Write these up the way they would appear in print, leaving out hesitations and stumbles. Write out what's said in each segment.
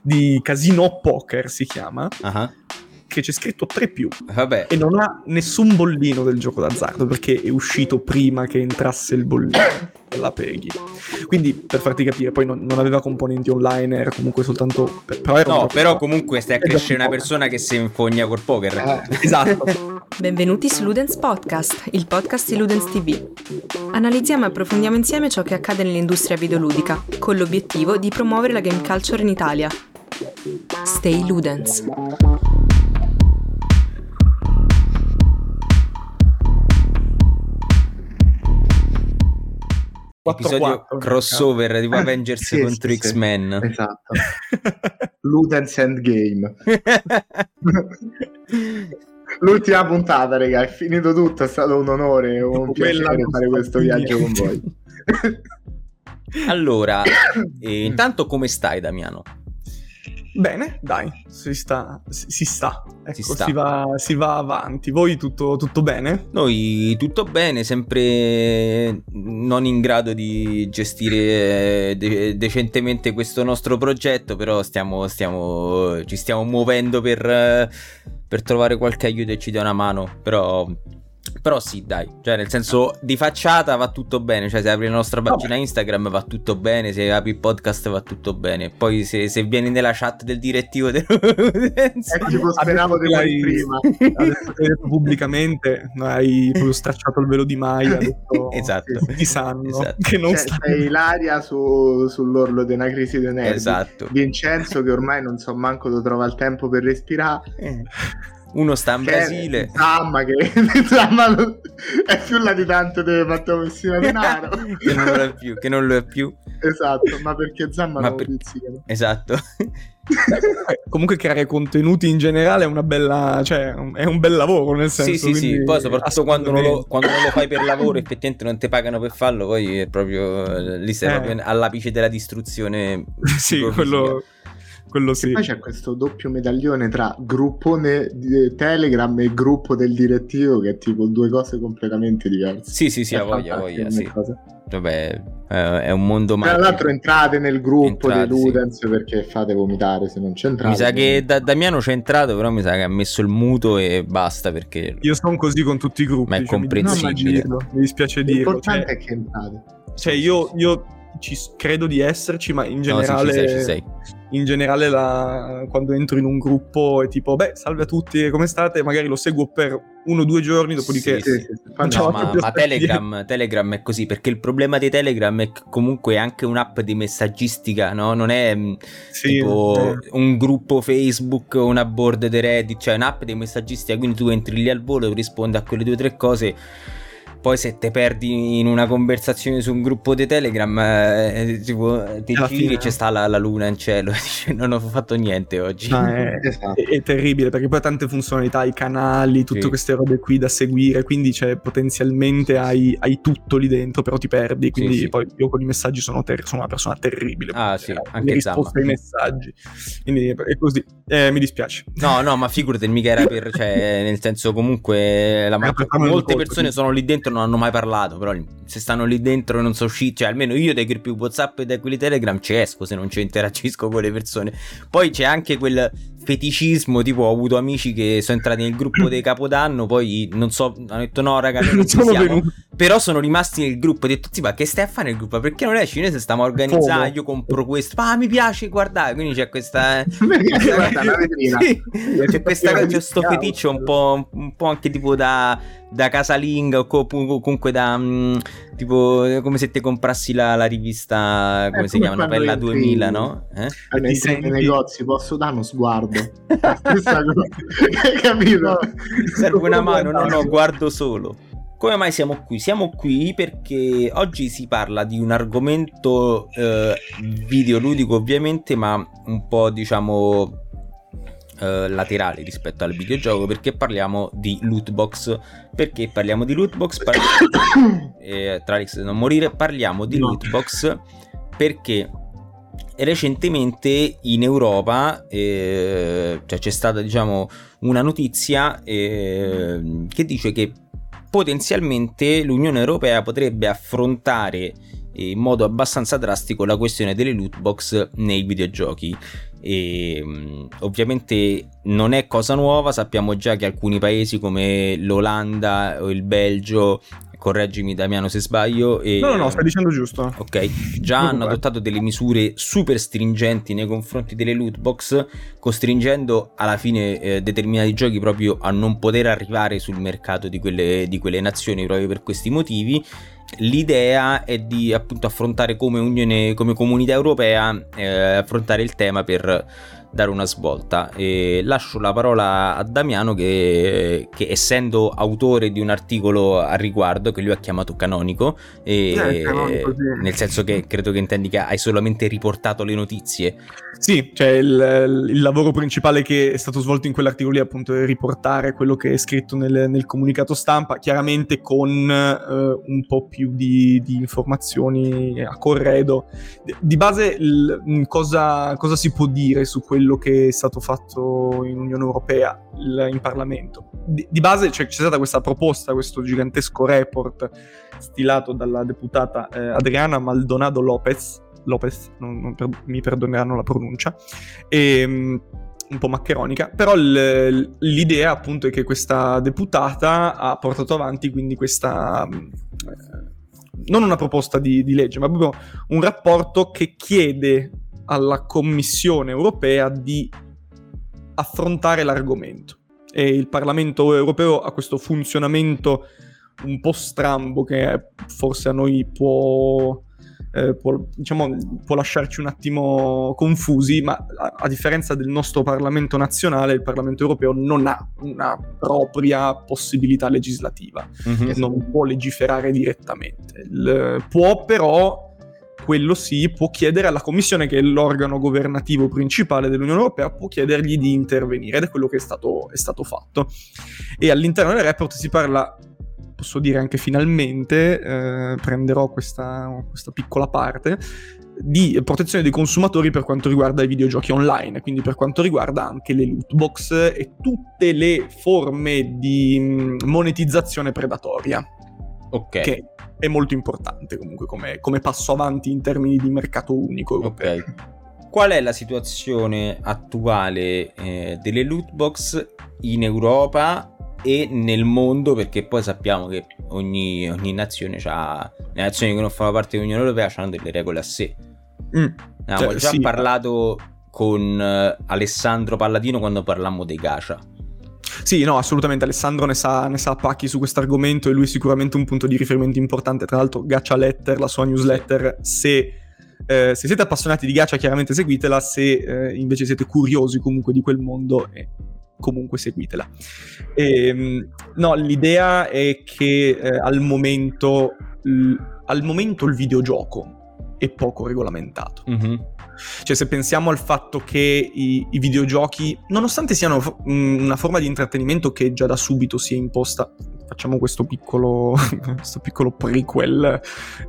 di Casino Poker si chiama, Ah, che c'è scritto 3+, vabbè. e non ha nessun bollino del gioco d'azzardo perché è uscito prima che entrasse il bollino della Peggy. Quindi, per farti capire, poi non aveva componenti online, era comunque soltanto però era un No, gioco però d'azzardo. comunque stai a crescere una persona che si infogna col poker. Esatto. Benvenuti su Ludens Podcast, il podcast di Ludens TV. Analizziamo e approfondiamo insieme ciò che accade nell'industria videoludica, con l'obiettivo di promuovere la game culture in Italia. Stay Ludens. Episodio 4-4, crossover tipo Avengers Sì, contro sì, sì. X-Men. Esatto. Ludens Endgame. L'ultima puntata, raga, è finito tutto, è stato un onore, un piacere fare questo viaggio con voi. Allora, intanto come stai, Damiano? Bene, dai, si sta. Ecco, Si sta. si va avanti. Voi tutto bene? Noi tutto bene, sempre non in grado di gestire decentemente questo nostro progetto, però ci stiamo muovendo per trovare qualche aiuto e ci dia una mano, però sì, dai, cioè nel senso di facciata va tutto bene, cioè se apri la nostra pagina Instagram va tutto bene, se apri il podcast va tutto bene, poi se vieni nella chat del direttivo Tipo speravo di fare prima. Adesso che hai detto pubblicamente, hai proprio stracciato il velo di Maya, detto, Esatto. Ti sanno Esatto. che non C'è Ilaria sull'orlo di una crisi di nervi. Esatto. Vincenzo che ormai non so manco dove trova il tempo per respirare. Uno sta in Brasile. Zamma che è più latitante di Matteo Messina Denaro. che non lo è più. Esatto, ma perché Zamma non lo pizzicano. Esatto. Comunque creare contenuti in generale è una bella, cioè è un bel lavoro, nel senso. Sì, poi soprattutto quando non lo fai per lavoro, effettivamente non ti pagano per farlo, poi è proprio lì sei proprio all'apice della distruzione. Sì, quello sì. E poi c'è questo doppio medaglione tra gruppone di Telegram e gruppo del direttivo, che è tipo due cose completamente diverse. Sì, ha voglia, sì. Vabbè, è un mondo magico. Tra l'altro entrate nel gruppo dei Ludens, sì, perché fate vomitare se non c'entrate. Mi sa che Damiano c'è entrato, però mi sa che ha messo il muto e basta, perché io sono così con tutti i gruppi. Ma è comprensibile. Mi dispiace dirlo. L'importante è che entrate. Cioè io credo di esserci, ma in generale ci sei. In generale quando entro in un gruppo è tipo salve a tutti, come state? Magari lo seguo per 1 o 2 giorni, dopodiché ma Telegram è così, perché il problema di Telegram è che comunque è anche un'app di messaggistica, no? Non è tipo un gruppo Facebook o una board di Reddit, cioè un'app di messaggistica, quindi tu entri lì al volo, rispondi a quelle 2 o 3 cose. Poi se te perdi in una conversazione su un gruppo di Telegram, tipo ti giri e c'è sta la luna in cielo e dice non ho fatto niente oggi. È terribile, perché poi ha tante funzionalità, i canali, tutte queste robe qui da seguire, quindi potenzialmente hai tutto lì dentro, però ti perdi, quindi poi io con i messaggi sono una persona terribile. Anche risposte ai messaggi, quindi è così, mi dispiace. No, ma figurati, mica era nel senso comunque molte persone sono lì dentro, non hanno mai parlato, però se stanno lì dentro e non so uscire, cioè almeno io dai gruppi WhatsApp e da quelli Telegram ci esco se non ci interagisco con le persone. Poi c'è anche quel feticismo, tipo ho avuto amici che sono entrati nel gruppo dei Capodanno, poi non so, hanno detto no raga, non ci siamo, però sono rimasti nel gruppo. Ho detto sì, ma che stai a fare nel gruppo? Perché non esci? Noi se stiamo a organizzare, io compro questo, mi piace guardare, quindi c'è questa la vetrina. C'è questo feticcio un po' anche tipo da casalinga o comunque da tipo come se te comprassi la rivista, come si chiama, Novella 2000, no? Nei negozi posso dare uno sguardo. Stessa cosa. Capito? Serve una mano, no, guardo solo. Come mai siamo qui? Siamo qui perché oggi si parla di un argomento videoludico ovviamente, ma un po' diciamo laterale rispetto al videogioco, perché parliamo di loot box. Perché parliamo di loot box? Tra Alex non morire, parliamo di loot box perché recentemente in Europa cioè c'è stata diciamo una notizia che dice che potenzialmente l'Unione Europea potrebbe affrontare in modo abbastanza drastico la questione delle loot box nei videogiochi. E ovviamente non è cosa nuova, sappiamo già che alcuni paesi come l'Olanda o il Belgio, correggimi Damiano se sbaglio, no, stai dicendo giusto, ok, già hanno adottato delle misure super stringenti nei confronti delle loot box, costringendo alla fine determinati giochi proprio a non poter arrivare sul mercato di quelle nazioni proprio per questi motivi. L'idea è di appunto affrontare come comunità europea, affrontare il tema per dare una svolta. E lascio la parola a Damiano che essendo autore di un articolo a riguardo che lui ha chiamato canonico, canonico, sì. Nel senso che credo che intendi che hai solamente riportato le notizie. Sì, cioè il lavoro principale che è stato svolto in quell'articolo lì appunto è riportare quello che è scritto nel comunicato stampa, chiaramente con un po' più di informazioni a corredo. Di base cosa si può dire su quello che è stato fatto in Unione Europea, in Parlamento? Di base c'è stata questa proposta, questo gigantesco report stilato dalla deputata Adriana Maldonado Lopez, mi perdoneranno la pronuncia, un po' maccheronica, però l'idea appunto è che questa deputata ha portato avanti quindi questa non una proposta di legge, ma proprio un rapporto che chiede alla Commissione europea di affrontare l'argomento. E il Parlamento europeo ha questo funzionamento un po' strambo che forse a noi può lasciarci un attimo confusi, ma a differenza del nostro Parlamento nazionale, il Parlamento europeo non ha una propria possibilità legislativa, non può legiferare direttamente. Può però, quello sì, può chiedere alla Commissione, che è l'organo governativo principale dell'Unione Europea, può chiedergli di intervenire, ed è quello che è stato fatto. E all'interno del report si parla, posso dire anche finalmente, prenderò questa piccola parte, di protezione dei consumatori per quanto riguarda i videogiochi online, quindi per quanto riguarda anche le loot box e tutte le forme di monetizzazione predatoria. Ok. Che è molto importante comunque come passo avanti in termini di mercato unico europeo. Ok. Qual è la situazione attuale delle loot box in Europa e nel mondo? Perché poi sappiamo che ogni nazione ha, le nazioni che non fanno parte dell'Unione Europea hanno delle regole a sé. Abbiamo già parlato con Alessandro Palladino quando parlammo dei gacha. Sì, no, assolutamente, Alessandro ne sa pacchi su questo argomento e lui è sicuramente un punto di riferimento importante. Tra l'altro Gacha Letter, la sua newsletter, se siete appassionati di gacha chiaramente seguitela, se invece siete curiosi comunque di quel mondo comunque seguitela. No, l'idea è che al momento il videogioco è poco regolamentato. Cioè, se pensiamo al fatto che i videogiochi, nonostante siano una forma di intrattenimento che già da subito si è imposta, facciamo questo piccolo prequel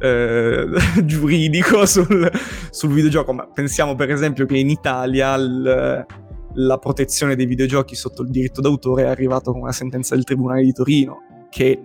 giuridico sul videogioco, ma pensiamo per esempio che in Italia la protezione dei videogiochi sotto il diritto d'autore è arrivata con una sentenza del Tribunale di Torino che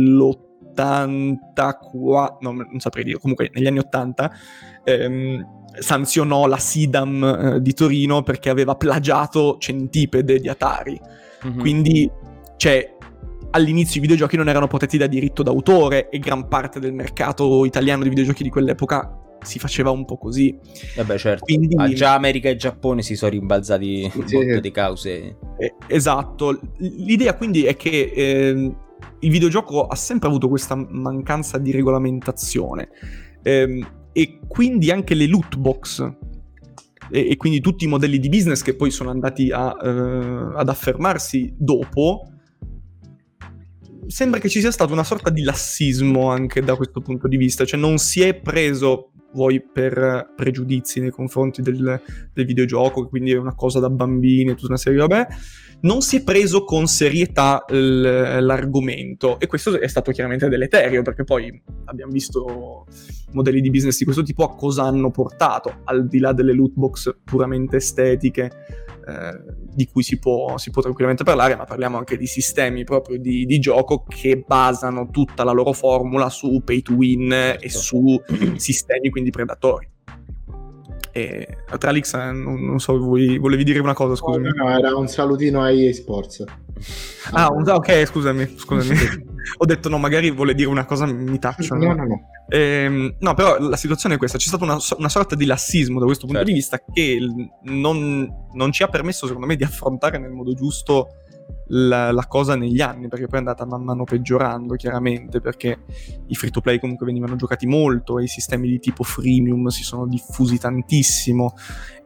nell'84, no, non saprei dire, comunque negli anni 80 sanzionò la Sidam di Torino perché aveva plagiato Centipede di Atari. Quindi all'inizio i videogiochi non erano protetti da diritto d'autore e gran parte del mercato italiano di videogiochi di quell'epoca si faceva un po' così. Vabbè, certo. Quindi, già America e Giappone si sono rimbalzati un botto di cause. Esatto. L'idea quindi è che il videogioco ha sempre avuto questa mancanza di regolamentazione, e quindi anche le loot box e quindi tutti i modelli di business che poi sono andati ad affermarsi dopo, sembra che ci sia stato una sorta di lassismo anche da questo punto di vista, cioè non si è preso, vuoi per pregiudizi nei confronti del videogioco, quindi è una cosa da bambini e tutta una serie di robe, non si è preso con serietà l'argomento, e questo è stato chiaramente deleterio, perché poi abbiamo visto modelli di business di questo tipo a cosa hanno portato, al di là delle loot box puramente estetiche, di cui si può tranquillamente parlare, ma parliamo anche di sistemi proprio di gioco che basano tutta la loro formula su pay to win e su sistemi quindi predatori. E Atralix, non so, volevi dire una cosa, scusami. No, era un salutino a EA Sports. Ok, scusami. Ho detto no, magari vuole dire una cosa, mi tacciono. No. No, però la situazione è questa: c'è stata una sorta di lassismo da questo punto di vista che non ci ha permesso, secondo me, di affrontare nel modo giusto la cosa negli anni, perché poi è andata man mano peggiorando, chiaramente, perché i free to play comunque venivano giocati molto e i sistemi di tipo freemium si sono diffusi tantissimo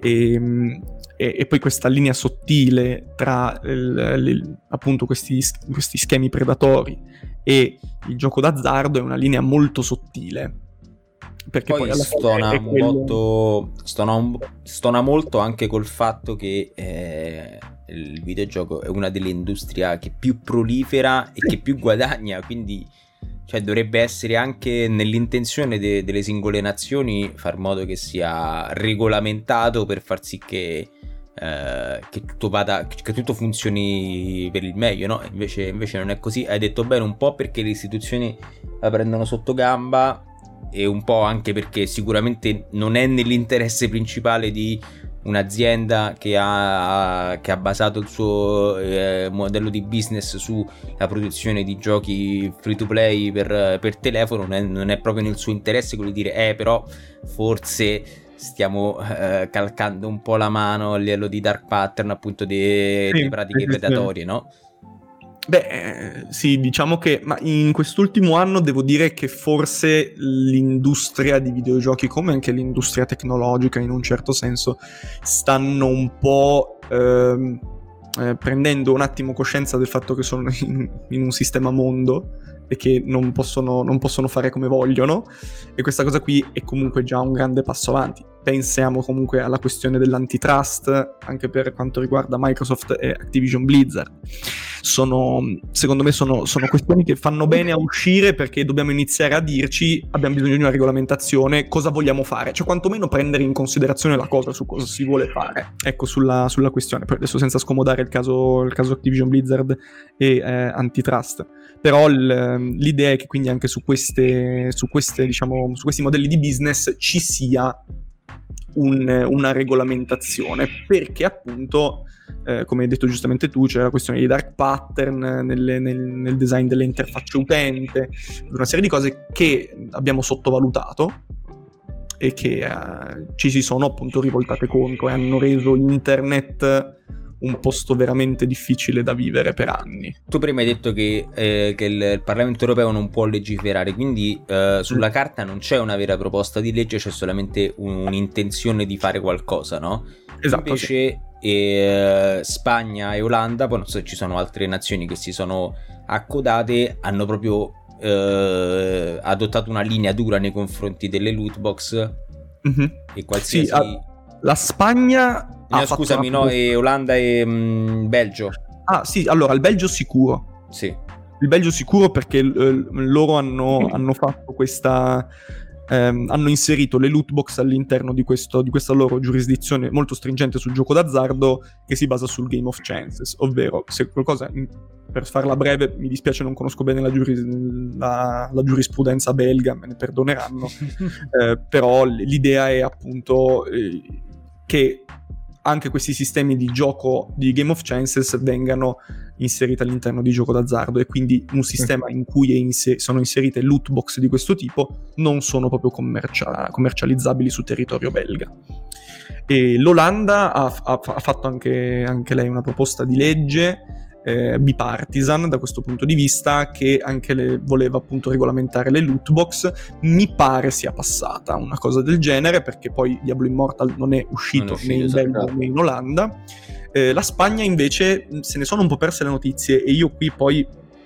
e poi questa linea sottile tra appunto questi schemi predatori e il gioco d'azzardo è una linea molto sottile, perché poi alla stona molto anche col fatto che il videogioco è una delle industrie che più prolifera e che più guadagna, quindi cioè dovrebbe essere anche nell'intenzione delle singole nazioni far modo che sia regolamentato per far sì che tutto vada, che tutto funzioni per il meglio, no? Invece non è così. Hai detto bene, un po' perché le istituzioni la prendono sotto gamba e un po' anche perché sicuramente non è nell'interesse principale di un'azienda che ha basato il suo modello di business sulla produzione di giochi free to play per telefono. Non è proprio nel suo interesse quello di dire però forse stiamo calcando un po' la mano a livello di dark pattern, appunto di pratiche predatorie, no? Beh, sì, diciamo che ma in quest'ultimo anno devo dire che forse l'industria di videogiochi, come anche l'industria tecnologica in un certo senso, stanno un po' prendendo un attimo coscienza del fatto che sono in un sistema mondo e che non possono fare come vogliono, e questa cosa qui è comunque già un grande passo avanti. Pensiamo comunque alla questione dell'antitrust anche per quanto riguarda Microsoft e Activision Blizzard. Secondo me sono questioni che fanno bene a uscire, perché dobbiamo iniziare a dirci abbiamo bisogno di una regolamentazione, cosa vogliamo fare, cioè quantomeno prendere in considerazione la cosa, su cosa si vuole fare, ecco, sulla questione. Poi adesso senza scomodare il caso Activision Blizzard e antitrust, però l'idea è che quindi anche su questi modelli di business ci sia una regolamentazione, perché appunto come hai detto giustamente tu, c'è la questione di dark pattern nel design delle interfacce utente, una serie di cose che abbiamo sottovalutato e che ci si sono appunto rivoltate contro e hanno reso internet un posto veramente difficile da vivere per anni. Tu prima hai detto che il Parlamento europeo non può legiferare, quindi sulla carta non c'è una vera proposta di legge, c'è solamente un'intenzione di fare qualcosa, no? Esatto. Invece Spagna e Olanda, poi non so se ci sono altre nazioni che si sono accodate, hanno proprio adottato una linea dura nei confronti delle loot box e qualsiasi... Sì, la Spagna... e Olanda e Belgio. Ah sì, allora il Belgio sicuro. Sì. Il Belgio sicuro perché loro hanno fatto questa... hanno inserito le loot box all'interno di questa loro giurisdizione molto stringente sul gioco d'azzardo, che si basa sul game of chances, ovvero, se qualcosa, per farla breve, mi dispiace, non conosco bene la giurisprudenza belga, me ne perdoneranno, però l'idea è appunto che anche questi sistemi di gioco di game of chances vengano inseriti all'interno di gioco d'azzardo, e quindi un sistema in cui sono inserite loot box di questo tipo non sono proprio commercializzabili su territorio belga. E l'Olanda ha fatto anche lei una proposta di legge bipartisan da questo punto di vista, che anche le voleva appunto regolamentare le loot box. Mi pare sia passata una cosa del genere, perché poi Diablo Immortal non è uscito né in Belgio né in Olanda. La Spagna invece se ne sono un po' perse le notizie, e io qui poi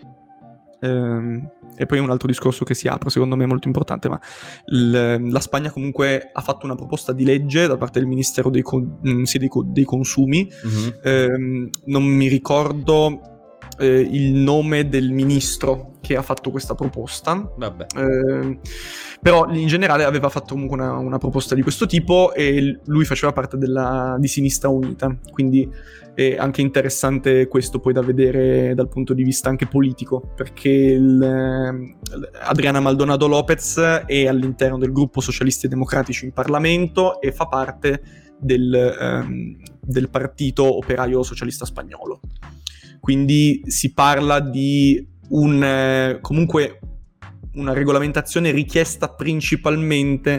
e poi un altro discorso che si apre, secondo me è molto importante, ma la Spagna comunque ha fatto una proposta di legge da parte del Ministero dei Consumi, non mi ricordo il nome del ministro che ha fatto questa proposta. Vabbè. Però in generale aveva fatto comunque una proposta di questo tipo e lui faceva parte di Sinistra Unita, quindi è anche interessante questo poi da vedere dal punto di vista anche politico, perché Adriana Maldonado Lopez è all'interno del gruppo Socialisti e Democratici in Parlamento e fa parte del Partito Operaio Socialista Spagnolo. Quindi si parla di comunque una regolamentazione richiesta principalmente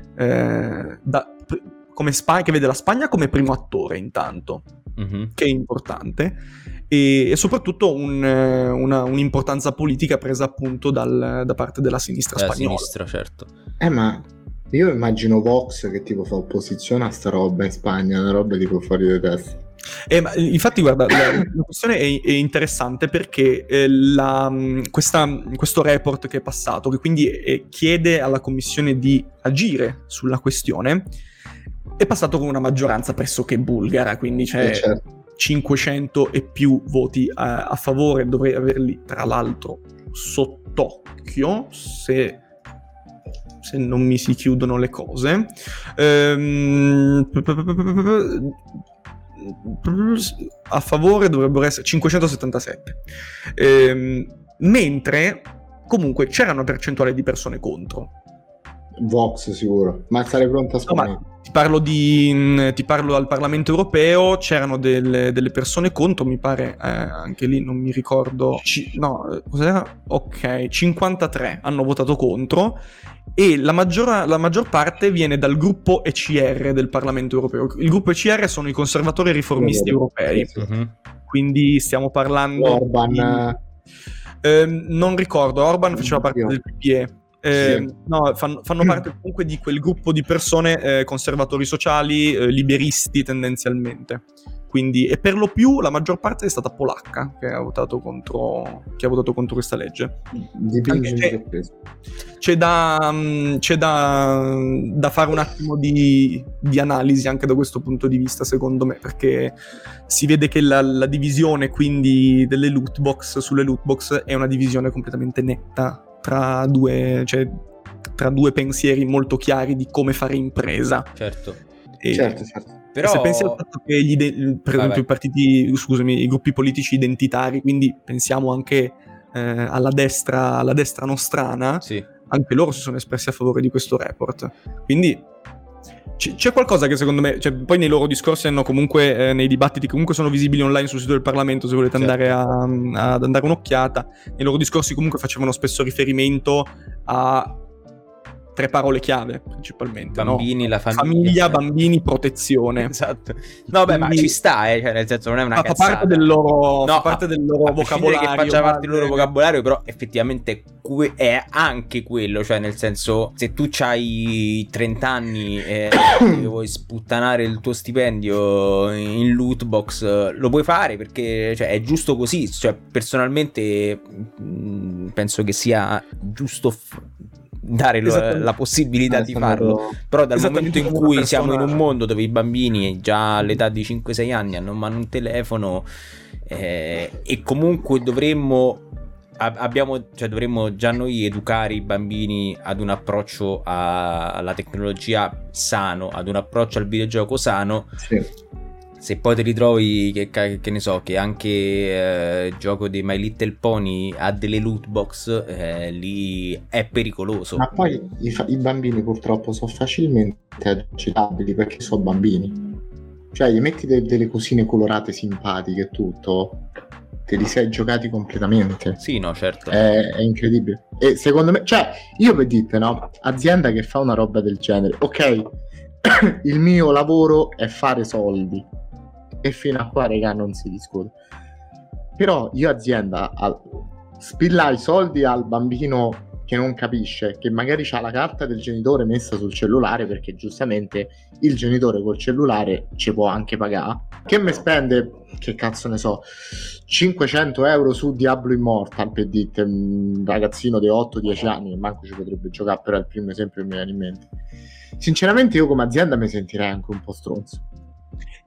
che vede la Spagna come primo attore intanto, che è importante, e soprattutto un'importanza politica presa appunto da parte della sinistra spagnola. Sinistra, certo. Ma io immagino Vox che tipo fa opposizione a sta roba in Spagna, una roba tipo fuori di testa. Ma infatti guarda, la questione è interessante perché questo report che è passato, che quindi chiede alla Commissione di agire sulla questione, è passato con una maggioranza pressoché bulgara, quindi c'è 500 e più voti a favore. Dovrei averli tra l'altro sott'occhio se non mi si chiudono le cose. A favore dovrebbero essere 577, mentre comunque c'era una percentuale di persone contro. Vox sicuro, ma sarei pronto a scommettere. Ti parlo al Parlamento Europeo, c'erano delle persone contro, mi pare, anche lì non mi ricordo, cos'era? Ok, 53 hanno votato contro e la maggior parte viene dal gruppo ECR del Parlamento Europeo. Il gruppo ECR sono i conservatori riformisti europei, quindi stiamo parlando Orban. Non ricordo, Orban faceva parte del PPE. No, fanno parte comunque di quel gruppo di persone conservatori sociali, liberisti tendenzialmente. Quindi, e per lo più la maggior parte è stata polacca che ha votato contro questa legge. C'è da fare un attimo di analisi anche da questo punto di vista, secondo me, perché si vede che la divisione quindi delle loot box sulle loot box è una divisione completamente netta tra due pensieri molto chiari di come fare impresa. Certo. Certo. Però se pensi al fatto che per esempio i gruppi politici identitari, quindi pensiamo anche alla destra nostrana, sì, anche loro si sono espressi a favore di questo report. Quindi c'è qualcosa che secondo me, poi nei loro discorsi hanno comunque, nei dibattiti comunque sono visibili online sul sito del Parlamento se volete andare ad andare un'occhiata. Nei loro discorsi comunque facevano spesso riferimento a 3 parole chiave principalmente: bambini, no? La famiglia, bambini, protezione. Esatto. No, beh, ma ci sta, cioè, nel senso non è una cazzata. Fa parte del loro vocabolario. Che faccia parte del loro vocabolario, però effettivamente è anche quello, cioè nel senso, se tu c'hai 30 anni e vuoi sputtanare il tuo stipendio in loot box, lo puoi fare perché è giusto così. Cioè, personalmente penso che sia giusto dare la possibilità di farlo, però dal momento in cui siamo in un mondo dove i bambini già all'età di 5-6 anni hanno in mano un telefono, e comunque dovremmo già noi educare i bambini ad un approccio alla tecnologia sano, ad un approccio al videogioco sano. Sì. Se poi ti ritrovi che ne so, che anche il gioco di My Little Pony ha delle loot box, lì è pericoloso. Ma poi i bambini purtroppo sono facilmente agitabili perché sono bambini. Cioè gli metti delle cosine colorate simpatiche e tutto, te li sei giocati completamente. Sì, no, certo. È incredibile. E secondo me, cioè, io per dite, no? Azienda che fa una roba del genere, ok, il mio lavoro è fare soldi. E fino a qua, regà, non si discute. Però io azienda spillare i soldi al bambino che non capisce, che magari c'ha la carta del genitore messa sul cellulare, perché giustamente il genitore col cellulare ci può anche pagare, che mi spende, che cazzo ne so, 500 euro su Diablo Immortal, per dite, un ragazzino di 8-10 anni che manco ci potrebbe giocare, però è il primo esempio che mi viene in mente. Sinceramente io come azienda mi sentirei anche un po' stronzo.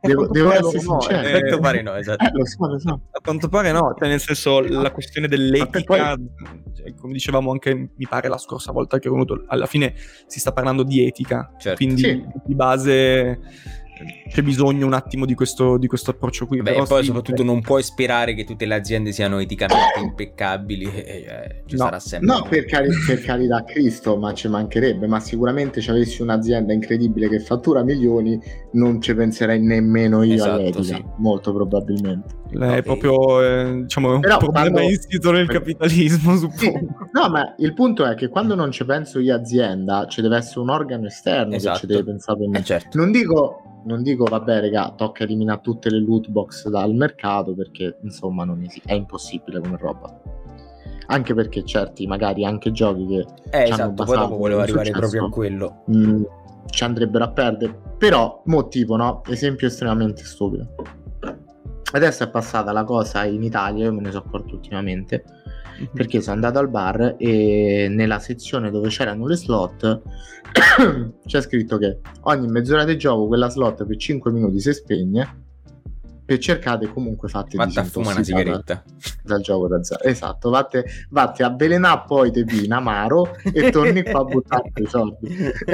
devo essere sincero. A quanto pare no, esatto. Lo so. A quanto pare no, cioè nel senso la questione dell'etica, cioè, come dicevamo anche mi pare la scorsa volta che è venuto, alla fine si sta parlando di etica, certo. Quindi di base c'è bisogno un attimo di questo approccio qui. Beh, però e poi soprattutto non puoi sperare che tutte le aziende siano eticamente impeccabili, ci sarà sempre. No, per carità Cristo, ma ci mancherebbe, ma sicuramente se avessi un'azienda incredibile che fattura milioni non ci penserei nemmeno io all'etica, sì. Molto probabilmente. È proprio diciamo, un problema insito nel capitalismo, suppongo. Sì. No, ma il punto è che quando non ci penso io azienda, ci deve essere un organo esterno che ci deve pensare per me. Certo. Non dico vabbè raga, tocca eliminare tutte le loot box dal mercato, perché insomma è impossibile come roba, anche perché certi magari anche giochi che esatto, poi dopo volevo arrivare proprio a quello, ci andrebbero a perdere. Però motivo, no? Esempio estremamente stupido. Adesso è passata la cosa in Italia, io me ne sono accorto ultimamente, perché sono andato al bar e nella sezione dove c'erano le slot c'è scritto che ogni mezz'ora di gioco quella slot per 5 minuti si spegne, per cercate comunque fate fumare una sigaretta dal gioco d'azzardo. Esatto, vatti a avvelenare poi te vino amaro e torni qua a buttarti i soldi.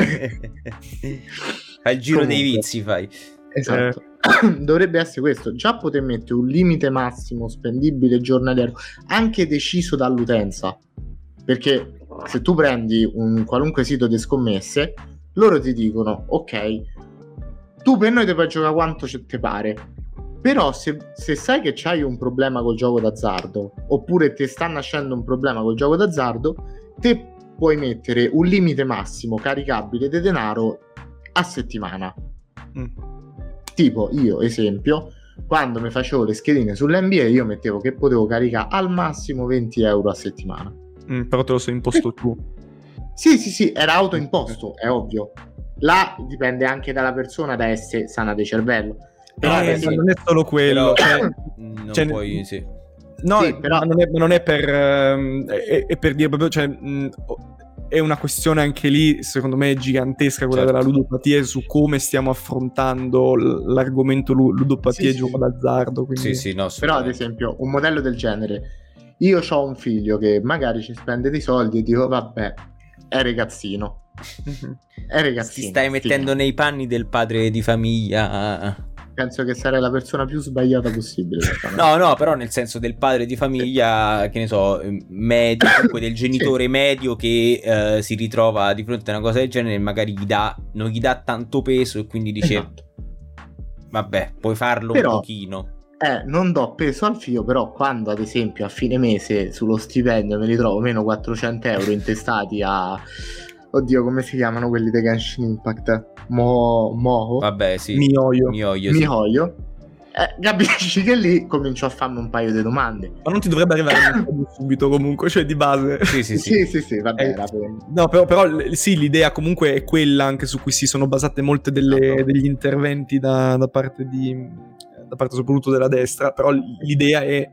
Fai il giro dei vizi, fai. Esatto. Dovrebbe essere questo, già poter mettere un limite massimo spendibile giornaliero anche deciso dall'utenza, perché se tu prendi un qualunque sito di scommesse, loro ti dicono ok, tu per noi ti puoi giocare quanto ti pare, però se sai che c'hai un problema col gioco d'azzardo oppure ti sta nascendo un problema col gioco d'azzardo, te puoi mettere un limite massimo caricabile di denaro a settimana. Tipo io, esempio, quando mi facevo le schedine sull'NBA io mettevo che potevo caricare al massimo 20 euro a settimana. Però te lo sei imposto tu. Sì, era autoimposto, è ovvio. Là dipende anche dalla persona da essere sana di cervello. Però non è solo quello. Non puoi, sì. No, sì, però non è per... è per dire proprio... Cioè, è una questione anche lì, secondo me, gigantesca, quella della ludopatia, su come stiamo affrontando l'argomento ludopatia e gioco d'azzardo. Quindi... Sì, no, però ad esempio un modello del genere, io ho un figlio che magari ci spende dei soldi e dico vabbè, è ragazzino. Ti stai mettendo nei panni del padre di famiglia. Penso che sarei la persona più sbagliata possibile. No, però nel senso del padre di famiglia, che ne so, medio, comunque del genitore medio che si ritrova di fronte a una cosa del genere e magari non gli dà tanto peso e quindi dice vabbè, puoi farlo un pochino. Non do peso al figlio, però quando ad esempio a fine mese sullo stipendio me li trovo meno 400 euro intestati a... Oddio, come si chiamano quelli di Genshin Impact? Moho? Vabbè, sì. Mihoyo. Capisci che lì comincio a farmi un paio di domande. Ma non ti dovrebbe arrivare subito comunque, cioè di base. Sì, vabbè. No, però sì, l'idea comunque è quella anche su cui si sono basate molte degli interventi da parte soprattutto della destra, però l'idea è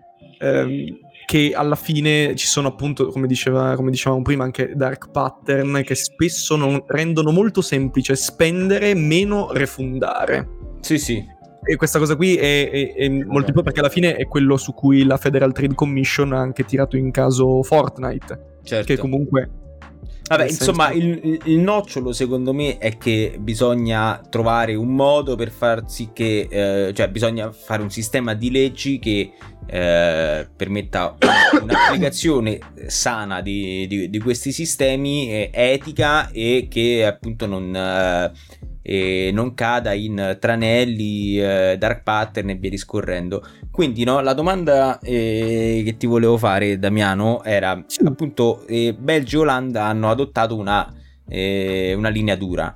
che alla fine ci sono appunto, come dicevamo prima, anche dark pattern che spesso rendono molto semplice spendere, meno refundare. Sì. E questa cosa qui è molto più, perché alla fine è quello su cui la Federal Trade Commission ha anche tirato in caso Fortnite. Certo. Che comunque... Vabbè, insomma, il nocciolo secondo me è che bisogna trovare un modo per far sì che cioè bisogna fare un sistema di leggi che permetta un'applicazione sana di questi sistemi, etica, e che appunto non cada in tranelli, dark pattern e via discorrendo. Quindi la domanda che ti volevo fare, Damiano, era appunto Belgio e Olanda hanno adottato una linea dura,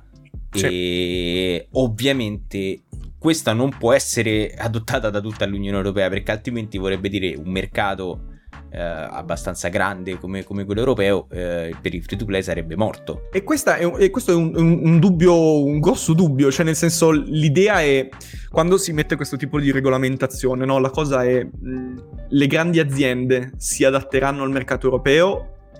e ovviamente questa non può essere adottata da tutta l'Unione Europea, perché altrimenti vorrebbe dire un mercato abbastanza grande come quello europeo per i free to play sarebbe morto. E questo è un dubbio, un grosso dubbio, cioè nel senso, l'idea è, quando si mette questo tipo di regolamentazione, no, la cosa è le grandi aziende si adatteranno al mercato europeo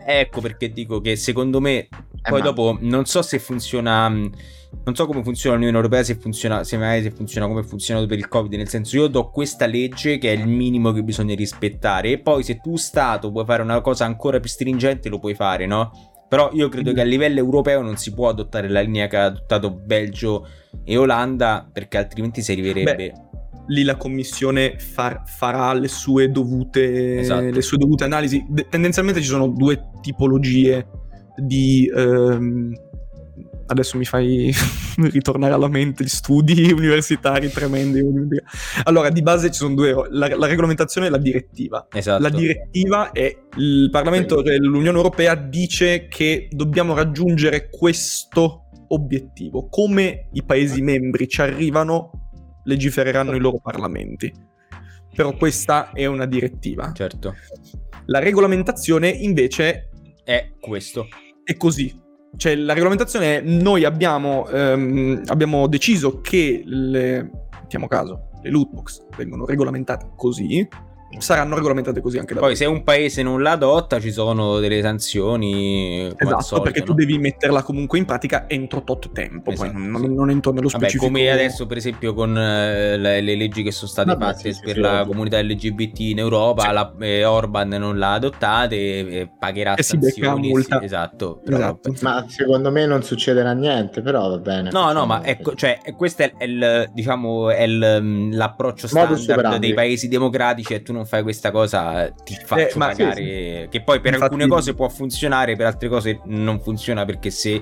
ecco perché dico che secondo me poi dopo non so se funziona, non so come funziona l'Unione Europea, se funziona come è funzionato per il Covid, nel senso io do questa legge che è il minimo che bisogna rispettare e poi se tu Stato puoi fare una cosa ancora più stringente lo puoi fare, no? Però io credo che a livello europeo non si può adottare la linea che ha adottato Belgio e Olanda, perché altrimenti si arriverebbe... Lì la commissione farà le sue dovute, esatto, le sue dovute analisi. Tendenzialmente ci sono due tipologie di... adesso mi fai ritornare alla mente gli studi universitari tremendi. Allora, di base ci sono due, la regolamentazione e la direttiva. Esatto. La direttiva è il Parlamento dell'Unione Europea dice che dobbiamo raggiungere questo obiettivo. Come i Paesi membri ci arrivano, legifereranno i loro parlamenti. Però questa è una direttiva. Certo. La regolamentazione invece è questo. È così. Cioè la regolamentazione è, noi abbiamo deciso che mettiamo caso, le loot box vengono regolamentate così, saranno regolamentate così anche da poi se un paese non la adotta ci sono delle sanzioni, esatto, solito, perché tu devi metterla comunque in pratica entro tot tempo, esatto. Poi non entro nello specifico. Come adesso per esempio con le leggi che sono state fatte per la comunità LGBT in Europa, Orban non l'ha adottata e pagherà sanzioni, multa. Esatto. Esatto. Ma secondo me non succederà niente, però va bene. No, ma ecco, cioè questo è il, diciamo, è l'approccio standard dei paesi democratici, e tu non fai questa cosa, ti faccio pagare, sì. Che poi per alcune cose può funzionare, per altre cose non funziona, perché se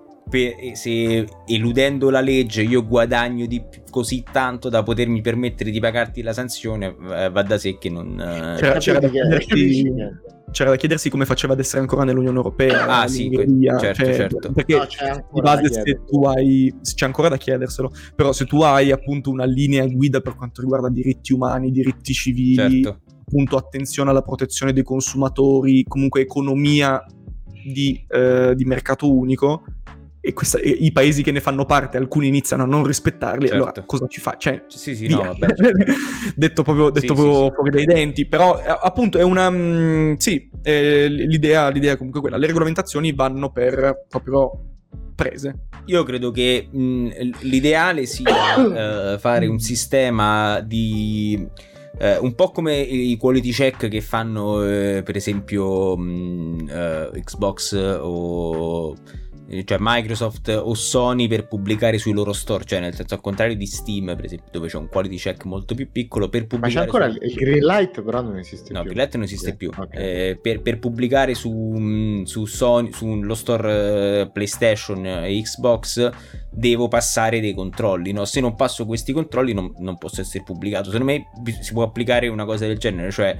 eludendo la legge io guadagno così tanto da potermi permettere di pagarti la sanzione, va da sé che non... C'era da chiedersi come faceva ad essere ancora nell'Unione Europea. Certo. Perché di base se tu hai, c'è ancora da chiederselo, però se tu hai appunto una linea guida per quanto riguarda diritti umani, diritti civili, appunto attenzione alla protezione dei consumatori, comunque economia di mercato unico, e i paesi che ne fanno parte, alcuni iniziano a non rispettarli, allora cosa ci fa? Cioè, no, vabbè. detto proprio fuori dai denti, però appunto è una l'idea comunque quella, le regolamentazioni vanno per proprio prese. Io credo che l'ideale sia fare un sistema di un po' come i quality check che fanno per esempio Xbox o cioè Microsoft o Sony per pubblicare sui loro store, cioè nel senso, al contrario di Steam per esempio, dove c'è un quality check molto più piccolo, per pubblicare. Ma c'è ancora il Greenlight, però non esiste più. No, Greenlight non esiste più. Okay. Per pubblicare su Sony, sullo store PlayStation e Xbox, devo passare dei controlli, no? Se non passo questi controlli non posso essere pubblicato. Secondo me si può applicare una cosa del genere, cioè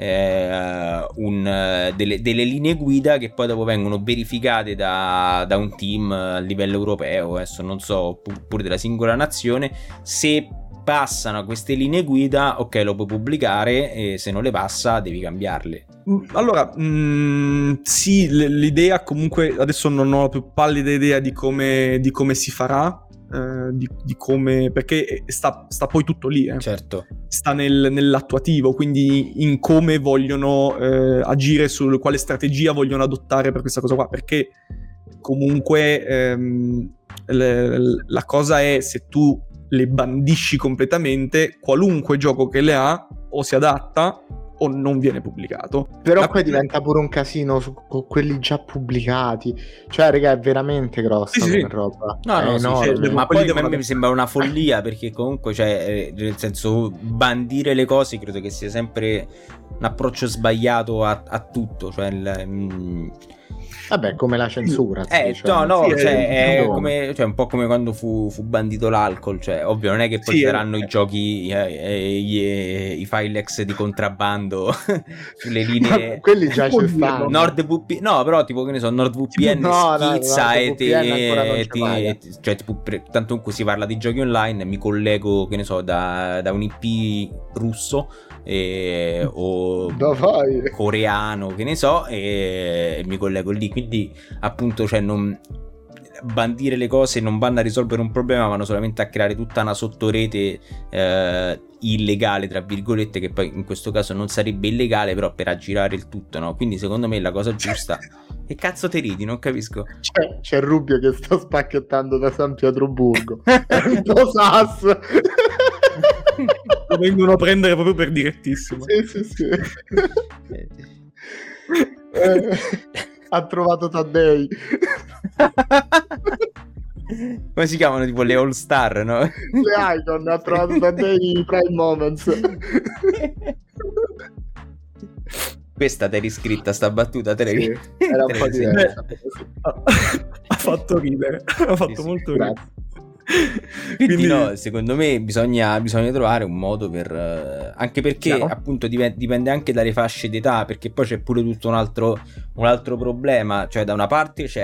delle linee guida che poi dopo vengono verificate da un team a livello europeo, adesso non so, pure della singola nazione. Se passano a queste linee guida, ok, lo puoi pubblicare, e se non le passa devi cambiarle. Allora, sì, l'idea comunque adesso non ho la più pallida idea di come si farà, di come, perché sta poi tutto lì, certo, sta nell'attuativo, quindi in come vogliono agire, su quale strategia vogliono adottare per questa cosa qua, perché comunque la cosa è, se tu le bandisci completamente, qualunque gioco che le ha o si adatta o non viene pubblicato. Però poi diventa pure un casino con quelli già pubblicati, cioè raga, è veramente grossa come roba. Ma poi a me mi sembra una follia, perché comunque, cioè, nel senso, bandire le cose credo che sia sempre un approccio sbagliato a tutto, cioè vabbè, come la censura. È come, cioè, un po' come quando fu bandito l'alcol, cioè, ovvio, non è che poi saranno i giochi, i filex di contrabbando sulle linee. Quelli già ci stanno. NordVPN, no, però tipo, che ne so, NordVPN schizza cioè, tipo, tanto comunque si parla di giochi online, mi collego, che ne so, da un IP russo o coreano, che ne so, e mi collego lì, quindi appunto, cioè, bandire le cose non vanno a risolvere un problema, vanno solamente a creare tutta una sottorete illegale, tra virgolette, che poi in questo caso non sarebbe illegale, però per aggirare il tutto, no? Quindi secondo me la cosa giusta... Che cazzo te ridi? Non capisco. C'è Rubio che sta spacchettando da San Pietroburgo. Lo Sass. Lo vengono a prendere proprio per direttissimo. Sì. Ha trovato Taddei. Come si chiamano? Tipo le All Star, no? Le Icon. Ha trovato Taddei Prime Moments. Questa t'è riscritta, sta battuta, te l'hai sì, era un po' diversa. Ha fatto ridere, ha fatto molto ridere. Quindi no, secondo me bisogna trovare un modo per anche perché appunto dipende anche dalle fasce d'età, perché poi c'è pure tutto un altro problema, cioè da una parte c'è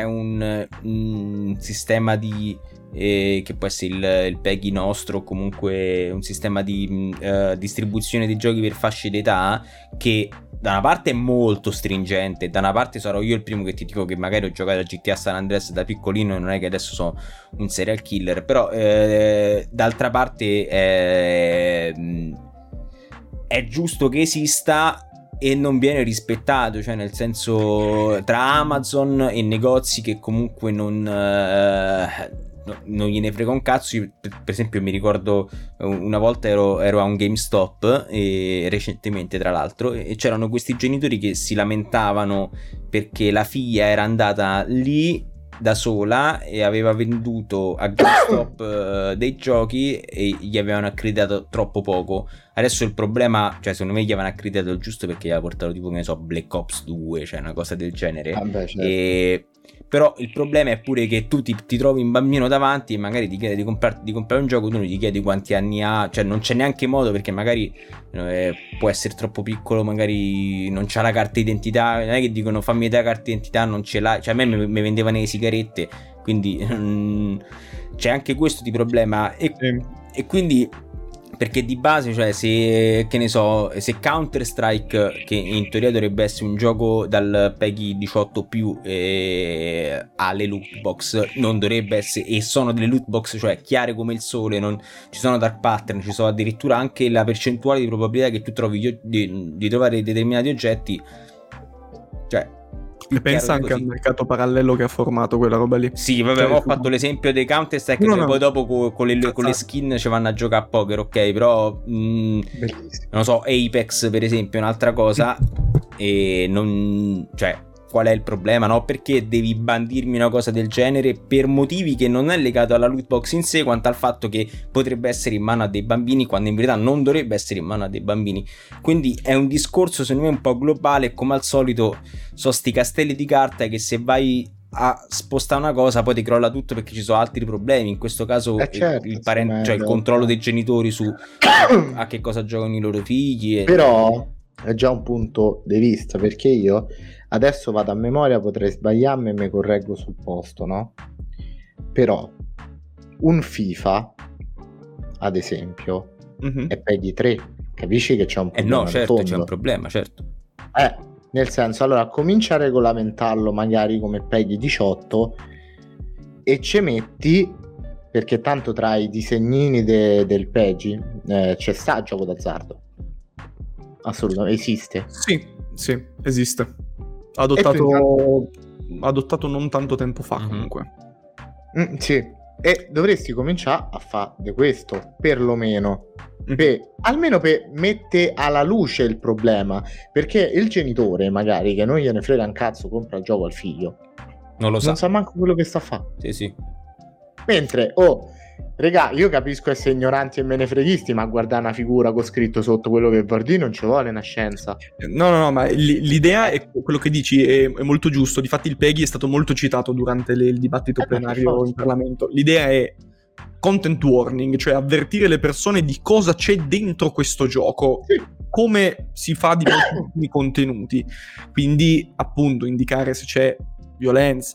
un sistema di che può essere il PEGI nostro, o comunque un sistema di distribuzione dei giochi per fasce d'età che da una parte è molto stringente, da una parte sarò io il primo che ti dico che magari ho giocato a GTA San Andreas da piccolino e non è che adesso sono un serial killer, però d'altra parte è giusto che esista e non viene rispettato, cioè nel senso tra Amazon e negozi che comunque non gliene frega un cazzo. Io, per esempio mi ricordo una volta ero a un GameStop recentemente tra l'altro, e c'erano questi genitori che si lamentavano perché la figlia era andata lì da sola e aveva venduto a GameStop dei giochi e gli avevano accreditato troppo poco. Adesso il problema, cioè secondo me gli avevano accreditato giusto perché gli aveva portato tipo, che ne so, Black Ops 2, cioè una cosa del genere. Certo. Però il problema è pure che tu ti trovi un bambino davanti e magari ti chiede di comprare un gioco, tu non gli chiedi quanti anni ha, cioè non c'è neanche modo, perché magari può essere troppo piccolo, magari non c'ha la carta d'identità, non è che dicono fammi la carta d'identità, non ce l'ha, cioè a me mi vendevano le sigarette, quindi c'è anche questo di problema e quindi perché di base, cioè se che ne so, se Counter Strike, che in teoria dovrebbe essere un gioco dal PEGI 18 più ha le loot box, non dovrebbe essere, e sono delle loot box cioè chiare come il sole, non ci sono dark pattern, ci sono addirittura anche la percentuale di probabilità che tu trovi di trovare determinati oggetti, cioè e pensa anche così al mercato parallelo che ha formato quella roba lì. Sì, vabbè, cioè, ho fatto l'esempio dei Counter Strike, no, poi dopo con le skin ci vanno a giocare a poker, ok, però non so, Apex per esempio è un'altra cosa e non, cioè qual è il problema, no? Perché devi bandirmi una cosa del genere per motivi che non è legato alla loot box in sé, quanto al fatto che potrebbe essere in mano a dei bambini, quando in verità non dovrebbe essere in mano a dei bambini. Quindi è un discorso secondo me un po' globale, e come al solito sono sti castelli di carta che se vai a spostare una cosa poi ti crolla tutto perché ci sono altri problemi. In questo caso certo, cioè il controllo dei genitori su a che cosa giocano i loro figli però è già un punto di vista, perché io adesso vado a memoria, potrei sbagliarmi e mi correggo sul posto, no? Però un FIFA ad esempio è PEGI 3, capisci che c'è un problema? No, certo, c'è un problema, certo. Nel senso, allora comincia a regolamentarlo magari come PEGI 18 e ci metti, perché tanto tra i disegnini del PEGI c'è sta il gioco d'azzardo. Assolutamente, esiste. Sì, esiste. Adottato non tanto tempo fa comunque. Sì, e dovresti cominciare a fare di questo, perlomeno. Almeno per mette alla luce il problema, perché il genitore magari che non gliene frega un cazzo compra il gioco al figlio, non sa manco quello che sta a fare. Sì. Mentre regà, io capisco essere ignoranti e menefreghisti, ma guardare una figura con scritto sotto quello che guardi non ci vuole una scienza. No, ma l'idea è quello che dici, è molto giusto. Difatti il PEGI è stato molto citato durante il dibattito plenario in Parlamento. L'idea è content warning, cioè avvertire le persone di cosa c'è dentro questo gioco, come si fa di molti contenuti, quindi appunto indicare se c'è violenza,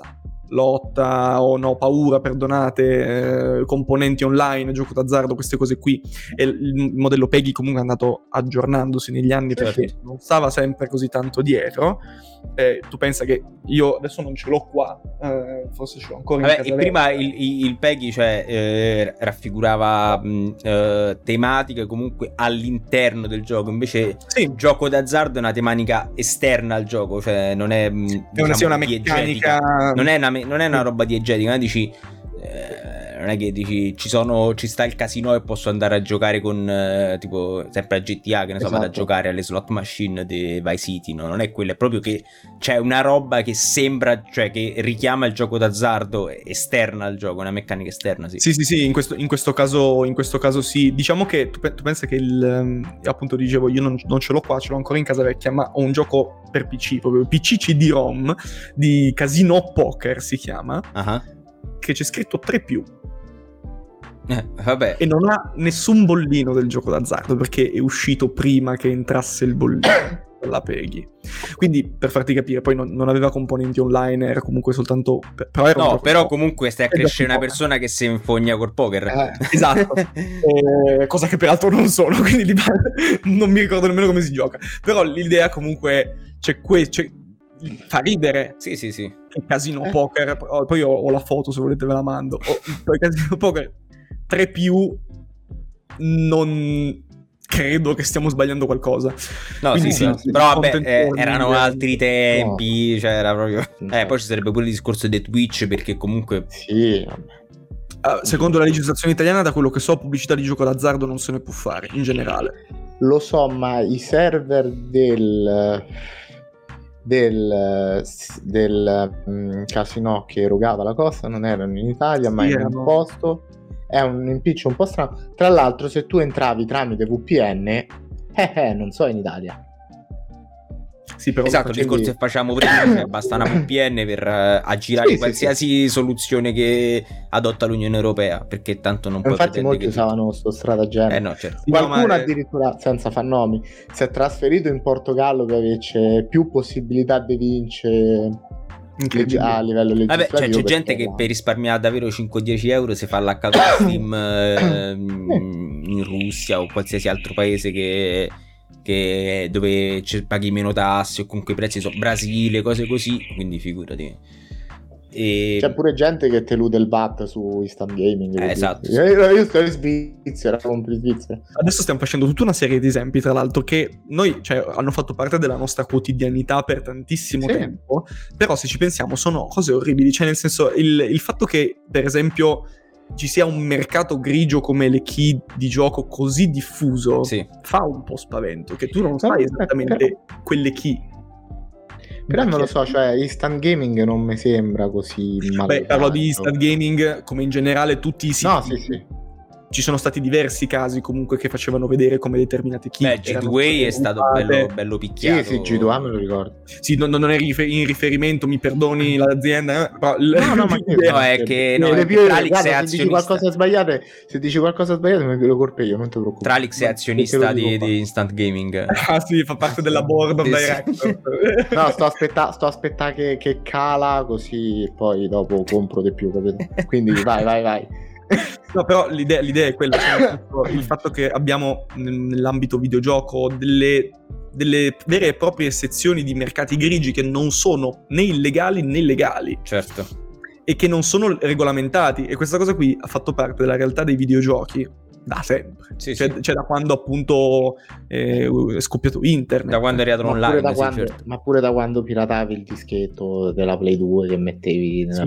lotta o no, paura, perdonate, componenti online, gioco d'azzardo, queste cose qui, e il modello PEGI comunque è andato aggiornandosi negli anni, perché non stava sempre così tanto dietro. Tu pensa che io adesso non ce l'ho qua, forse ce l'ho ancora in casa. Prima il PEGI, cioè raffigurava tematiche comunque all'interno del gioco, invece il gioco d'azzardo è una tematica esterna al gioco, cioè non è una meccanica, non è una roba diegetica, non è che dici ci sta il casino e posso andare a giocare con tipo sempre a GTA, che ne so, vado a giocare alle slot machine di Vice City, no? Non è quello, è proprio che c'è una roba che sembra, cioè che richiama il gioco d'azzardo esterna al gioco, una meccanica esterna. Sì, in questo caso sì. Diciamo che tu pensa che appunto dicevo, io non ce l'ho qua, ce l'ho ancora in casa vecchia, ma ho un gioco per PC, proprio PC CD-ROM di Casino Poker si chiama, che c'è scritto 3+. Vabbè. E non ha nessun bollino del gioco d'azzardo, perché è uscito prima che entrasse il bollino della PEGI. Quindi, per farti capire, poi non aveva componenti online, era comunque soltanto però comunque stai a crescere una persona che si infogna col poker. Esatto. Cosa che peraltro non sono, quindi non mi ricordo nemmeno come si gioca. Però l'idea comunque fa ridere. Sì. Il Casino Poker, poi ho la foto, se volete ve la mando. Il Casino Poker 3+, non credo che stiamo sbagliando qualcosa. No, quindi, sì. Però vabbè, erano altri tempi, cioè era proprio... poi ci sarebbe pure il discorso di Twitch, perché comunque... Sì, secondo la legislazione italiana, da quello che so, pubblicità di gioco d'azzardo non se ne può fare, in generale. Lo so, ma i server del casino che erogava la cosa non erano in Italia, ma in un posto. È un impiccio un po' strano. Tra l'altro, se tu entravi tramite VPN, non so in Italia. Sì, però esatto, il discorso che facciamo prima, cioè basta una VPN per aggirare qualsiasi soluzione che adotta l'Unione Europea, perché tanto non puoi. Infatti molti usavano sto stratagemma. No, certo. Qualcuno addirittura, senza far nomi, si è trasferito in Portogallo dove c'è più possibilità di vincere a livello legislativo. Vabbè, cioè, c'è gente che per risparmiare davvero 5-10 euro si fa l'account Steam in Russia o qualsiasi altro paese dove paghi meno tasse, o comunque i prezzi sono Brasile, cose così, quindi figurati. C'è pure gente che te elude il VAT su Instant Gaming. Esatto. Io sto in Svizzera, compri in Svizzera. Adesso stiamo facendo tutta una serie di esempi, tra l'altro, che noi, cioè, hanno fatto parte della nostra quotidianità per tantissimo tempo, però se ci pensiamo sono cose orribili, cioè nel senso il fatto che, per esempio, ci sia un mercato grigio come le key di gioco così diffuso, fa un po' spavento, che tu non sai esattamente quelle key. Però non lo so, cioè Instant Gaming non mi sembra così male. Parlo di Instant Gaming come in generale tutti i siti. No, sì. Ci sono stati diversi casi comunque che facevano vedere come determinate key. G2A è stato bello picchiato. Sì, G2A me lo ricordo. Sì, non è in riferimento, mi perdoni l'azienda, però è che Tralix è azionista. Se dici qualcosa sbagliato mi lo colpe io, non ti preoccupare. Tralix è azionista di Instant Gaming. Sì, fa parte della board of director. No, sto aspettando che cala, così poi dopo compro di più, capito? Quindi vai. No, però l'idea è quella, cioè, il fatto che abbiamo nell'ambito videogioco delle vere e proprie sezioni di mercati grigi che non sono né illegali né legali. Certo. E che non sono regolamentati, e questa cosa qui ha fatto parte della realtà dei videogiochi da sempre. Cioè da quando appunto è scoppiato internet, da quando è arrivato online, ma pure da quando piratavi il dischetto della Play 2 che mettevi nella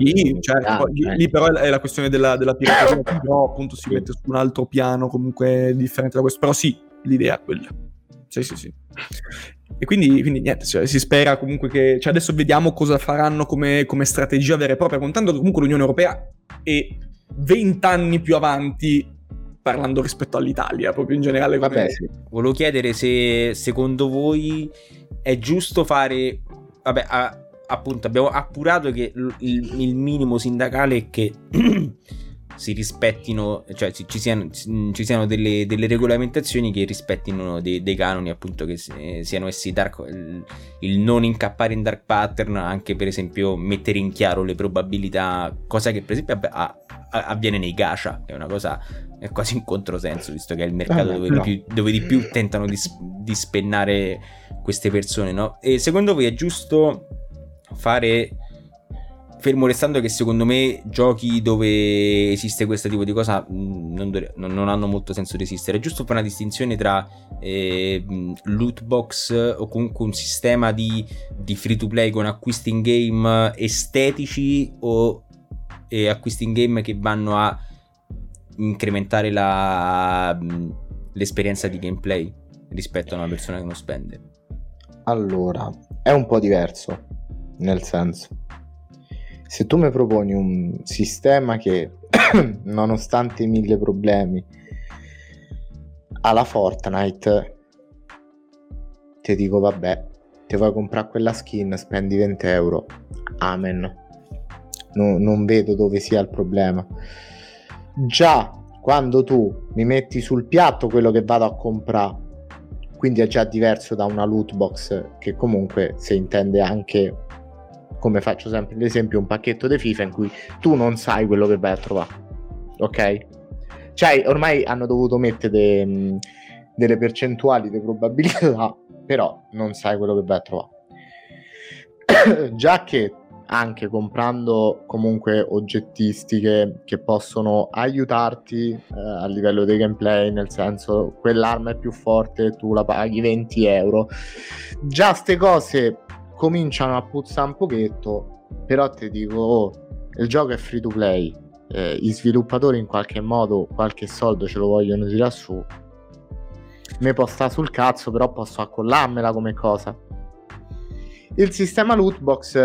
lì però è la questione della pirateria, però appunto si mette su un altro piano comunque differente da questo, però sì, l'idea è quella. Sì. E quindi niente, cioè, si spera comunque che, cioè, adesso vediamo cosa faranno come strategia vera e propria, contando che comunque l'Unione Europea è 20 anni più avanti parlando rispetto all'Italia, proprio in generale. Volevo chiedere se secondo voi è giusto fare, appunto abbiamo appurato che il minimo sindacale è che si rispettino, cioè ci siano delle regolamentazioni che rispettino dei canoni, appunto, che siano essi il non incappare in dark pattern, anche per esempio mettere in chiaro le probabilità, cosa che per esempio avviene nei gacha, che è una cosa, è quasi un controsenso, visto che è il mercato dove di più tentano di spennare queste persone, no? E secondo voi è giusto fare, fermo restando che secondo me giochi dove esiste questo tipo di cosa non hanno molto senso di esistere, è giusto fare una distinzione tra loot box o comunque un sistema di free to play con acquisti in game estetici o acquisti in game che vanno a incrementare l'esperienza di gameplay rispetto a una persona che non spende? Allora, è un po' diverso, nel senso, se tu mi proponi un sistema che nonostante i 1000 problemi alla Fortnite, ti dico vabbè, ti vuoi comprare quella skin, spendi 20 euro, amen, non vedo dove sia il problema. Già quando tu mi metti sul piatto quello che vado a comprare, quindi è già diverso da una loot box, che comunque si intende anche, come faccio sempre l'esempio, un pacchetto di FIFA in cui tu non sai quello che vai a trovare, ok? Cioè ormai hanno dovuto mettere delle percentuali di probabilità, però non sai quello che vai a trovare. Già che anche comprando comunque oggettistiche che possono aiutarti a livello di gameplay, nel senso quell'arma è più forte, tu la paghi 20 euro, già ste cose cominciano a puzzare un pochetto. Però ti dico, il gioco è free to play, gli sviluppatori in qualche modo qualche soldo ce lo vogliono tirare su, me può sta sul cazzo, però posso accollarmela come cosa. Il sistema loot box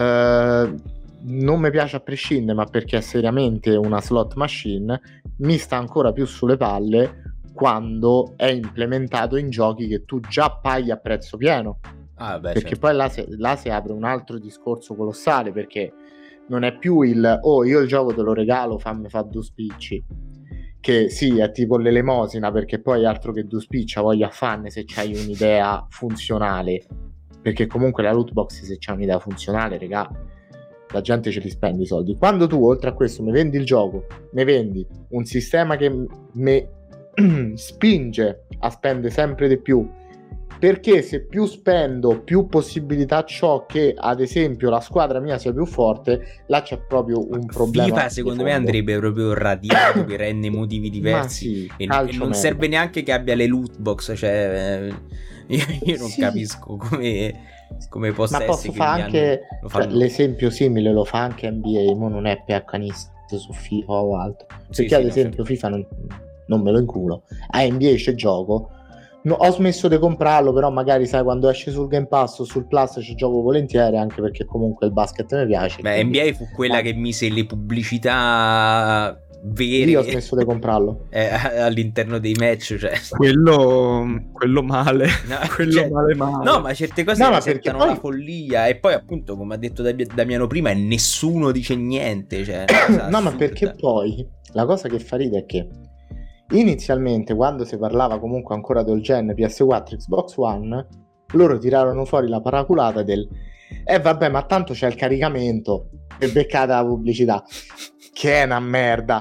non mi piace a prescindere, ma perché è seriamente una slot machine, mi sta ancora più sulle palle quando è implementato in giochi che tu già paghi a prezzo pieno. Perché certo. Poi là si apre un altro discorso colossale, perché non è più io il gioco te lo regalo, fammi fa 2 spicci, che sì, è tipo l'elemosina, perché poi altro che 2 spicci voglia farne se c'hai un'idea funzionale, perché comunque la loot box, se c'è un'idea funzionale, regà, la gente ce li spende i soldi. Quando tu oltre a questo mi vendi il gioco, mi vendi un sistema che mi spinge a spendere sempre di più, perché se più spendo più possibilità c'ho che ad esempio la squadra mia sia più forte, là c'è proprio un problema. FIFA secondo me andrebbe proprio radiato per n motivi diversi, sì, e non serve neanche che abbia le loot box, cioè io non capisco come possa essere che anche l'esempio simile lo fa anche NBA, ma non è PHNista su FIFA o altro, perché ad esempio FIFA non me lo inculo, a NBA c'è gioco. Ho smesso di comprarlo, però magari sai quando esce sul Game Pass o sul Plus ci gioco volentieri, anche perché comunque il basket mi piace. Beh, quindi NBA fu quella che mise le pubblicità vere. Io ho smesso di comprarlo all'interno dei match, cioè. quello male, quello male. No, ma certe cose rappresentano poi la follia, e poi appunto, come ha detto Damiano prima, nessuno dice niente, cioè, no, ma perché poi la cosa che fa ridere è che inizialmente, quando si parlava comunque ancora del gen PS4, Xbox One, loro tirarono fuori la paraculata del vabbè, ma tanto c'è il caricamento e beccata la pubblicità, che è una merda.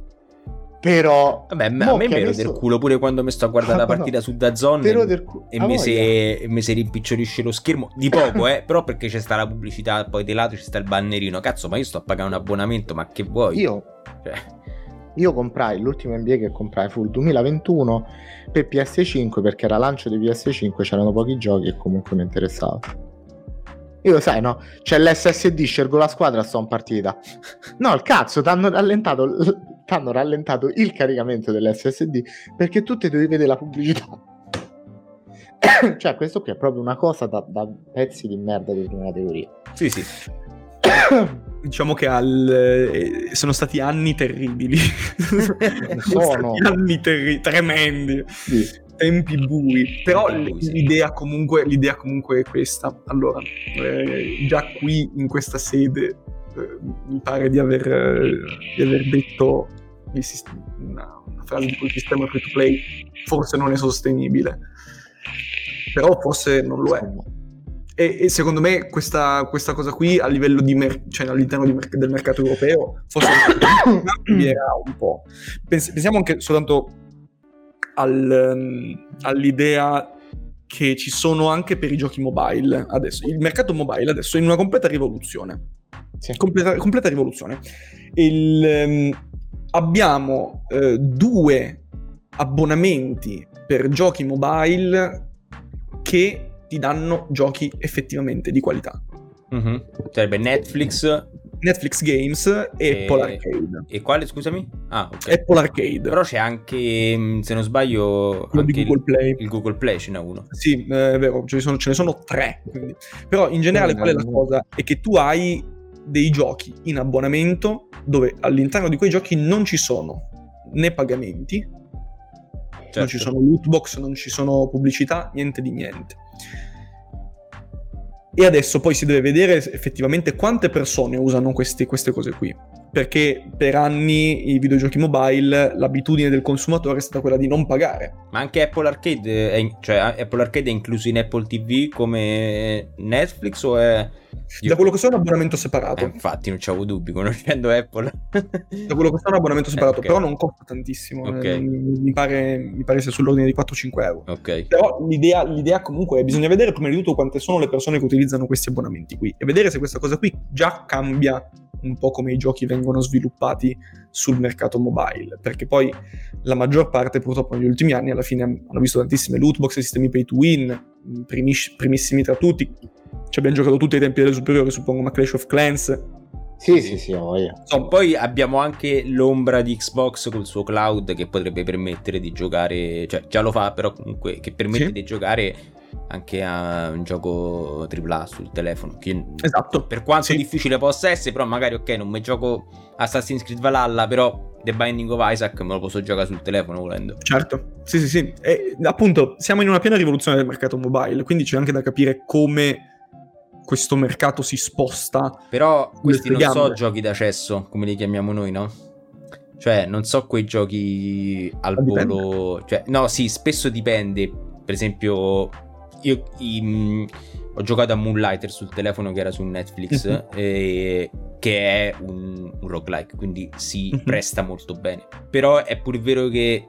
Però vabbè, a me mi del culo pure quando mi sto a guardare la partita su DAZN e mi si rimpicciolisce lo schermo di poco, però perché c'è sta la pubblicità, poi di lato c'è sta il bannerino. Cazzo, ma io sto a pagare un abbonamento, ma che vuoi? Io comprai l'ultimo NBA che comprai fu il 2021 per PS5, perché era lancio di PS5, c'erano pochi giochi e comunque mi interessava. Io sai, no? C'è l'SSD, scelgo la squadra, sto in partita. No, il cazzo, t'hanno rallentato il caricamento dell'SSD perché tu te devi vedere la pubblicità. Cioè, questo qui è proprio una cosa da pezzi di merda di prima categoria. Sì. Diciamo che sono stati anni terribili. Sono anni tremendi. Sì. Tempi bui. Però l'idea comunque è questa. Allora, già qui in questa sede mi pare di aver detto una frase di cui il sistema free to play forse non è sostenibile, però forse non lo è. E secondo me questa cosa qui a livello di cioè all'interno del mercato europeo forse cambierà un po'. Pensiamo anche soltanto all'idea che ci sono anche per i giochi mobile adesso. Il mercato mobile adesso è in una completa rivoluzione. Sì. Completa rivoluzione. Abbiamo 2 abbonamenti per giochi mobile che ti danno giochi effettivamente di qualità. Sarebbe Netflix Games e Apple Arcade. E quale, scusami? Ah, ok. Apple Arcade. Però c'è anche, se non sbaglio, anche Google Play. Il Google Play ce n'è uno. Sì, è vero, ce ne sono 3. Quindi. Però in generale qual è la cosa? È che tu hai dei giochi in abbonamento dove all'interno di quei giochi non ci sono né pagamenti, certo, non ci sono loot box, non ci sono pubblicità, niente di niente. E adesso poi si deve vedere effettivamente quante persone usano queste cose qui, perché per anni i videogiochi mobile l'abitudine del consumatore è stata quella di non pagare. Ma anche Apple Arcade Apple Arcade è incluso in Apple TV come Netflix o è... Da quello che so è un abbonamento separato. Infatti non c'avevo dubbi conoscendo Apple. Da quello che so è un abbonamento separato, okay, però non costa tantissimo, okay. Mi pare sia sull'ordine di 4-5 euro. Okay. Però l'idea comunque è bisogna vedere prima di tutto quante sono le persone che utilizzano questi abbonamenti qui e vedere se questa cosa qui già cambia un po' come i giochi vengono sviluppati sul mercato mobile, perché poi la maggior parte purtroppo negli ultimi anni alla fine hanno visto tantissime loot box e sistemi pay to win, primissimi tra tutti. Ci abbiamo giocato tutti ai tempi delle superiori, suppongo, ma Clash of Clans. Sì, Poi abbiamo anche l'ombra di Xbox col suo cloud che potrebbe permettere di giocare, cioè già lo fa, però comunque che permette di giocare anche a un gioco AAA sul telefono. Esatto. Per quanto difficile possa essere, però magari non mi gioco Assassin's Creed Valhalla, però The Binding of Isaac me lo posso giocare sul telefono volendo. Certo, sì. E appunto siamo in una piena rivoluzione del mercato mobile, quindi c'è anche da capire come questo mercato si sposta. Però questi non so giochi d'accesso, come li chiamiamo noi, no? Cioè non so quei giochi al volo, cioè no, sì, spesso dipende. Per esempio io ho giocato a Moonlighter sul telefono che era su Netflix, che è un roguelike, quindi si presta molto bene. Però è pur vero che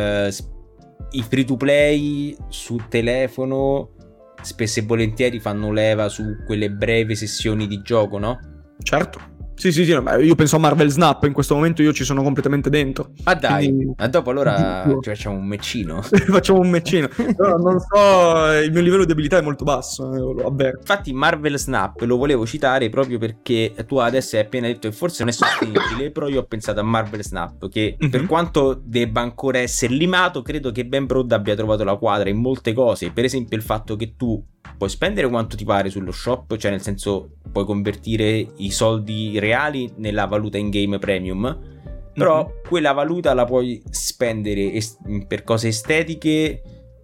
i free to play su telefono spesso e volentieri fanno leva su quelle brevi sessioni di gioco, no? Certo. Sì, io penso a Marvel Snap, in questo momento io ci sono completamente dentro. Ah dai, quindi... dopo allora facciamo un meccino. Facciamo un meccino. No, non so, il mio livello di abilità è molto basso, lo avverto. Infatti Marvel Snap lo volevo citare proprio perché tu adesso hai appena detto che forse non è sostenibile, però io ho pensato a Marvel Snap che per quanto debba ancora essere limato, credo che Ben Brode abbia trovato la quadra in molte cose. Per esempio il fatto che tu puoi spendere quanto ti pare sullo shop, cioè nel senso puoi convertire i soldi reali nella valuta in game premium, però quella valuta la puoi spendere per cose estetiche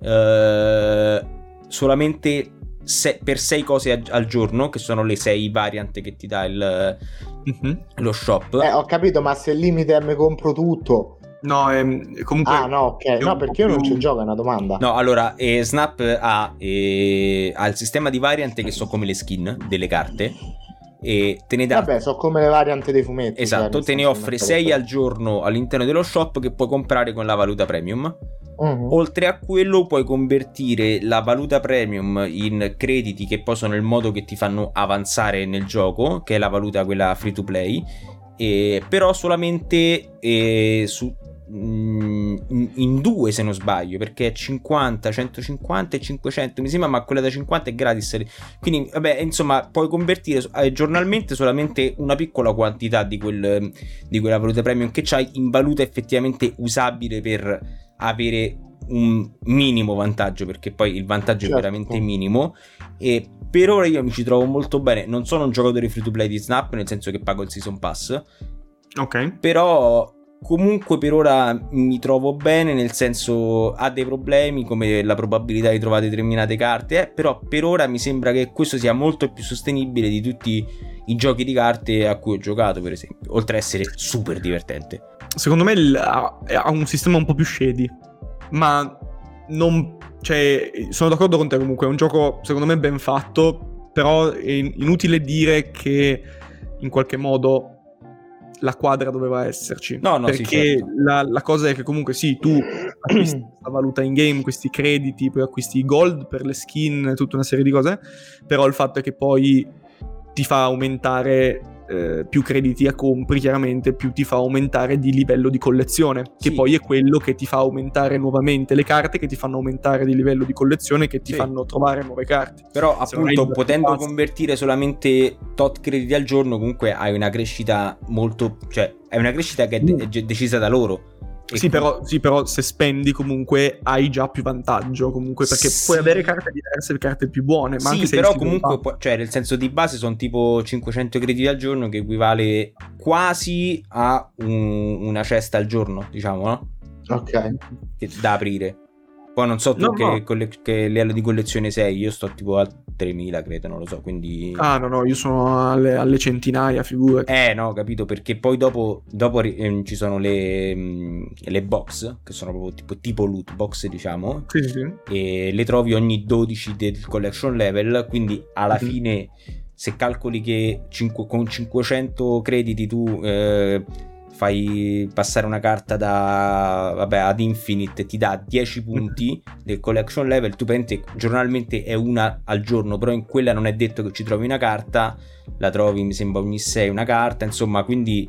solamente per 6 cose al giorno, che sono le 6 variant che ti dà lo shop. Ho capito, ma se il limite mi compro tutto... No, comunque... Ah, no, ok. No, perché io non ci gioco, è una domanda. No, allora, Snap ha il sistema di variant che sono come le skin delle carte e te ne dà... Vabbè, sono come le variant dei fumetti. Esatto, te ne offre 6 al giorno all'interno dello shop che puoi comprare con la valuta premium. Oltre a quello puoi convertire la valuta premium in crediti che poi sono il modo che ti fanno avanzare nel gioco, che è la valuta quella free to play, però solamente in 2 se non sbaglio, perché è 50, 150 e 500 mi sembra, ma quella da 50 è gratis, quindi vabbè, insomma puoi convertire giornalmente solamente una piccola quantità di quella valuta premium che c'hai in valuta effettivamente usabile per avere un minimo vantaggio, perché poi il vantaggio è veramente minimo. E per ora io mi ci trovo molto bene. Non sono un giocatore free to play di Snap, nel senso che pago il season pass, ok, però comunque per ora mi trovo bene, nel senso ha dei problemi come la probabilità di trovare determinate carte, però per ora mi sembra che questo sia molto più sostenibile di tutti i giochi di carte a cui ho giocato, per esempio, oltre a essere super divertente. Secondo me ha un sistema un po' più shady, ma non, cioè, sono d'accordo con te, comunque è un gioco secondo me ben fatto, però è inutile dire che in qualche modo la quadra doveva esserci. No, perché sì, certo. la cosa è che comunque sì, tu acquisti la valuta in game, questi crediti, poi acquisti i gold per le skin, tutta una serie di cose, però il fatto è che poi ti fa aumentare più crediti compri, chiaramente più ti fa aumentare di livello di collezione, che poi è quello che ti fa aumentare nuovamente le carte, che ti fanno aumentare di livello di collezione, che ti fanno trovare nuove carte. Però appunto potendo convertire solamente tot crediti al giorno, comunque hai una crescita molto, cioè è una crescita che è decisa da loro. Sì, però se spendi comunque hai già più vantaggio, comunque, perché puoi avere carte diverse, carte più buone, ma anche se però comunque cioè nel senso di base sono tipo 500 crediti al giorno, che equivale quasi a una cesta al giorno, diciamo, no? Ok. Che da aprire. Poi non so tu che livello di collezione sei, io sto tipo a 3000 credo, non lo so, quindi... no, io sono alle centinaia, figurati. No, capito, perché poi dopo ci sono le box, che sono proprio tipo loot box, diciamo, sì. E le trovi ogni 12 del collection level, quindi alla fine, se calcoli che con 500 crediti tu... fai passare una carta ad infinite e ti dà 10 punti del collection level, tu pensi giornalmente è una al giorno, però in quella non è detto che ci trovi una carta, la trovi mi sembra ogni 6 una carta, insomma, quindi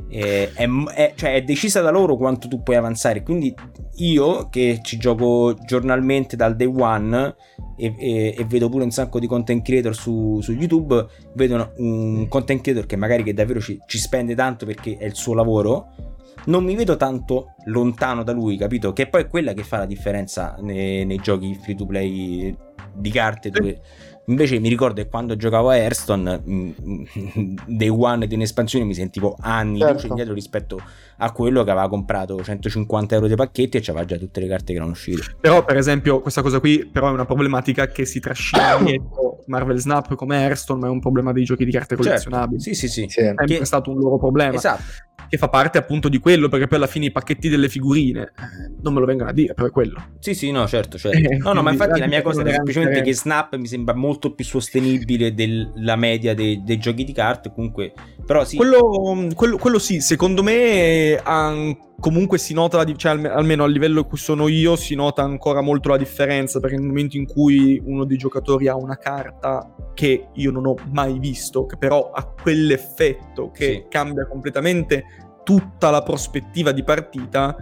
è decisa da loro quanto tu puoi avanzare. Quindi io che ci gioco giornalmente dal day one e vedo pure un sacco di content creator su YouTube, vedo un content creator che davvero ci spende tanto perché è il suo lavoro, non mi vedo tanto lontano da lui, capito? Che poi è quella che fa la differenza nei giochi free to play di carte, dove invece mi ricordo che quando giocavo a Hearthstone Day One di un'espansione mi sentivo anni luce indietro rispetto a quello che aveva comprato 150 euro dei pacchetti e c'aveva già tutte le carte che erano uscite. Però per esempio questa cosa qui però è una problematica che si trascina dietro Marvel Snap come Hearthstone, ma è un problema dei giochi di carte collezionabili. Sì. È sempre stato un loro problema. Esatto. Che fa parte appunto di quello, perché poi alla fine i pacchetti delle figurine non me lo vengono a dire, però è quello. Sì, no, certo. No, ma infatti la mia cosa era semplicemente che Snap mi sembra molto più sostenibile della media dei giochi di carte, comunque, però sì. Quello sì, secondo me comunque si nota, cioè almeno a livello in cui sono io, si nota ancora molto la differenza, perché nel momento in cui uno dei giocatori ha una carta che io non ho mai visto, che però ha quell'effetto che cambia completamente tutta la prospettiva di partita,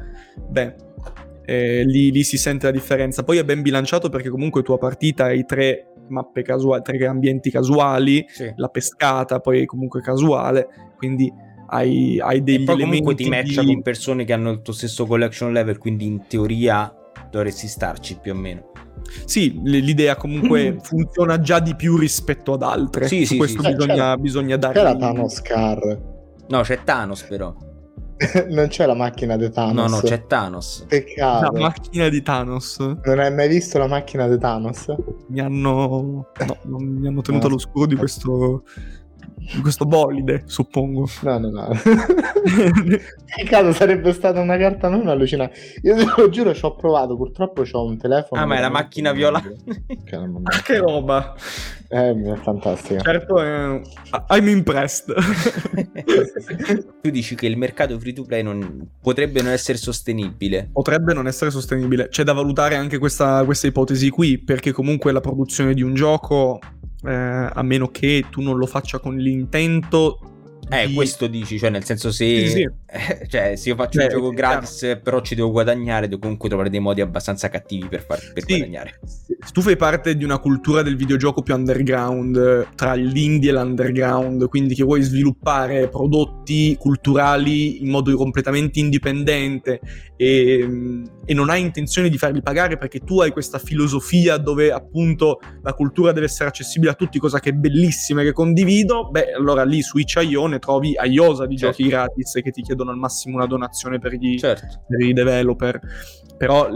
lì si sente la differenza. Poi è ben bilanciato perché comunque tua partita hai 3 mappe casuali, 3 ambienti casuali, la pescata poi comunque casuale, quindi hai degli poi elementi comunque ti matcha con persone che hanno il tuo stesso collection level, quindi in teoria dovresti starci più o meno. Sì, l'idea comunque funziona già di più rispetto ad altre. Su questo bisogna dare. C'era Thanos Car. No, c'è Thanos però. Non c'è la macchina di Thanos. No, c'è Thanos. Peccato. La macchina di Thanos. Non hai mai visto la macchina di Thanos? Mi hanno tenuto all'oscuro di questo bolide, suppongo. No. Peccato, sarebbe stata una carta non allucinante. Io te lo giuro, ci ho provato, purtroppo c'ho un telefono. Ma è la macchina viola. Che roba. È fantastica. Certo, I'm impressed. Tu dici che il mercato free to play potrebbe non essere sostenibile. Potrebbe non essere sostenibile. C'è da valutare anche questa ipotesi qui, perché comunque la produzione di un gioco, a meno che tu non lo faccia con l'intento questo dici, cioè nel senso se cioè se io faccio un gioco gratis però ci devo guadagnare, devo comunque trovare dei modi abbastanza cattivi per guadagnare. Se tu fai parte di una cultura del videogioco più underground, tra l'indie e l'underground, quindi che vuoi sviluppare prodotti culturali in modo completamente indipendente e non hai intenzione di farli pagare perché tu hai questa filosofia dove appunto la cultura deve essere accessibile a tutti, cosa che è bellissima e che condivido, allora lì su itch.io ne trovi a iosa di giochi gratis che ti chiedono raccolgono al massimo una donazione per i developer, però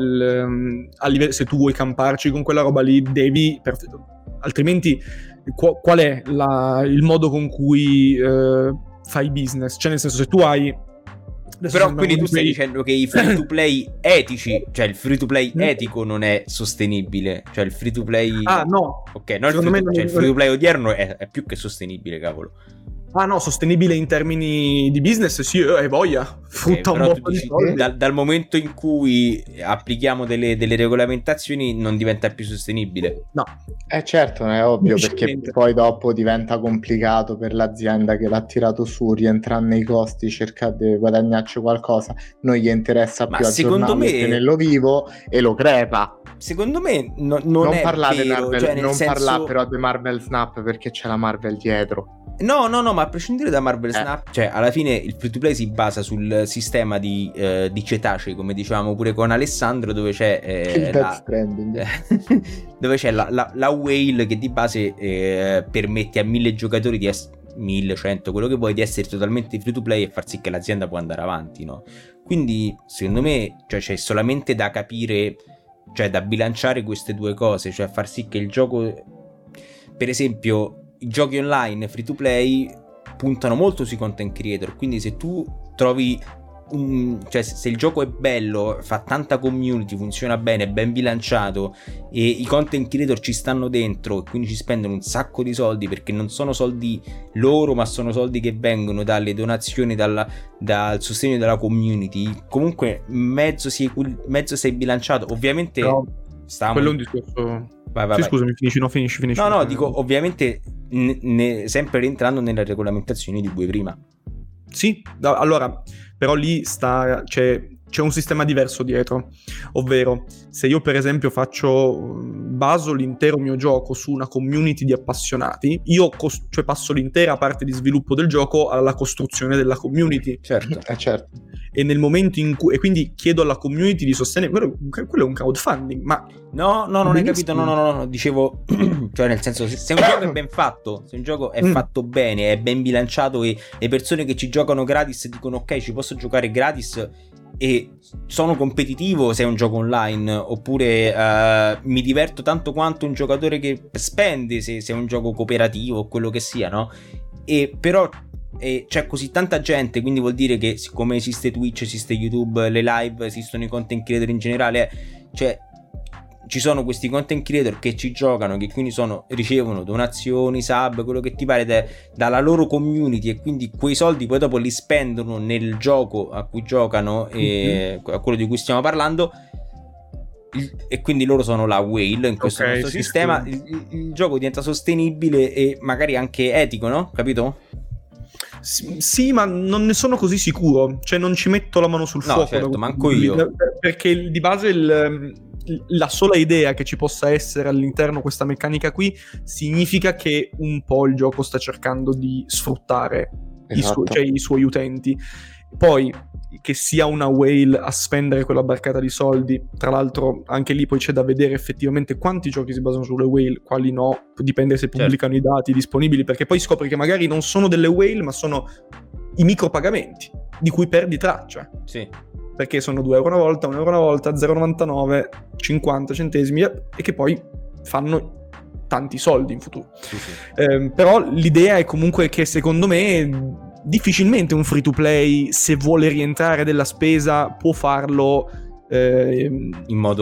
se tu vuoi camparci con quella roba lì devi, altrimenti qual è il modo con cui fai business? Cioè nel senso, se tu hai... Però quindi tu stai dicendo che i free to play etici, cioè il free to play etico non è sostenibile, cioè il free to play... Ah no, ok, no, il free to play odierno è più che sostenibile, cavolo. Ah no, sostenibile in termini di business, sì, è voglia, frutta un po' di soldi. Dal momento in cui applichiamo delle regolamentazioni non diventa più sostenibile. No. Certo, è ovvio, perché poi dopo diventa complicato per l'azienda che l'ha tirato su, rientrare nei costi, cercare di guadagnarci qualcosa, non gli interessa più aggiornarlo, tenerlo vivo e lo crepa. Secondo me non è parlate vero, Marvel, cioè non parlare però di Marvel Snap, perché c'è la Marvel dietro. No, ma a prescindere da Marvel Snap, cioè alla fine il free to play si basa sul sistema di cetacei, come dicevamo pure con Alessandro, dove c'è dove c'è la whale che di base permette a 1000 giocatori di 1100, quello che vuoi, di essere totalmente free to play e far sì che l'azienda può andare avanti, no? Quindi secondo me, cioè, c'è solamente da capire, cioè da bilanciare queste due cose, cioè far sì che il gioco, per esempio i giochi online free to play puntano molto sui content creator, quindi se tu trovi cioè se il gioco è bello, fa tanta community, funziona bene, è ben bilanciato e i content creator ci stanno dentro e quindi ci spendono un sacco di soldi, perché non sono soldi loro ma sono soldi che vengono dalle donazioni, dal sostegno della community, comunque mezzo sei bilanciato. Ovviamente quello è un discorso. Vai. Sì, scusami, finisci. No, dico, ovviamente sempre rientrando nelle regolamentazioni di cui prima. Sì, allora, però lì c'è un sistema diverso dietro, ovvero se io per esempio baso l'intero mio gioco su una community di appassionati, io cioè passo l'intera parte di sviluppo del gioco alla costruzione della community. Certo. E nel momento in cui, e quindi chiedo alla community di sostenere, quello è un crowdfunding, ma no, non hai capito, no, dicevo, cioè nel senso, se un gioco è ben fatto, se un gioco è fatto bene, è ben bilanciato e le persone che ci giocano gratis dicono ok, ci posso giocare gratis e sono competitivo, se è un gioco online, oppure mi diverto tanto quanto un giocatore che spende, se è un gioco cooperativo o quello che sia, no? E però c'è così tanta gente, quindi vuol dire che siccome esiste Twitch, esiste YouTube, le live, esistono i content creator in generale, cioè ci sono questi content creator che ci giocano, che quindi ricevono donazioni, sub, quello che ti pare dalla loro community, e quindi quei soldi poi dopo li spendono nel gioco a cui giocano e a quello di cui stiamo parlando, e quindi loro sono la whale in questo nostro sistema. Il gioco diventa sostenibile e magari anche etico, no? Capito? Sì, ma non ne sono così sicuro, cioè non ci metto la mano sul fuoco. Certo, manco io, perché di base la sola idea che ci possa essere all'interno questa meccanica qui significa che un po' il gioco sta cercando di sfruttare i suoi utenti. Poi che sia una whale a spendere quella barcata di soldi, tra l'altro anche lì poi c'è da vedere effettivamente quanti giochi si basano sulle whale, quali no, dipende se pubblicano i dati disponibili, perché poi scopri che magari non sono delle whale ma sono i micropagamenti di cui perdi traccia. Sì. Perché sono 2 euro una volta, 1 euro una volta, 0,99, 50 centesimi e che poi fanno tanti soldi in futuro. Sì. Però l'idea è comunque che secondo me difficilmente un free to play, se vuole rientrare della spesa, può farlo in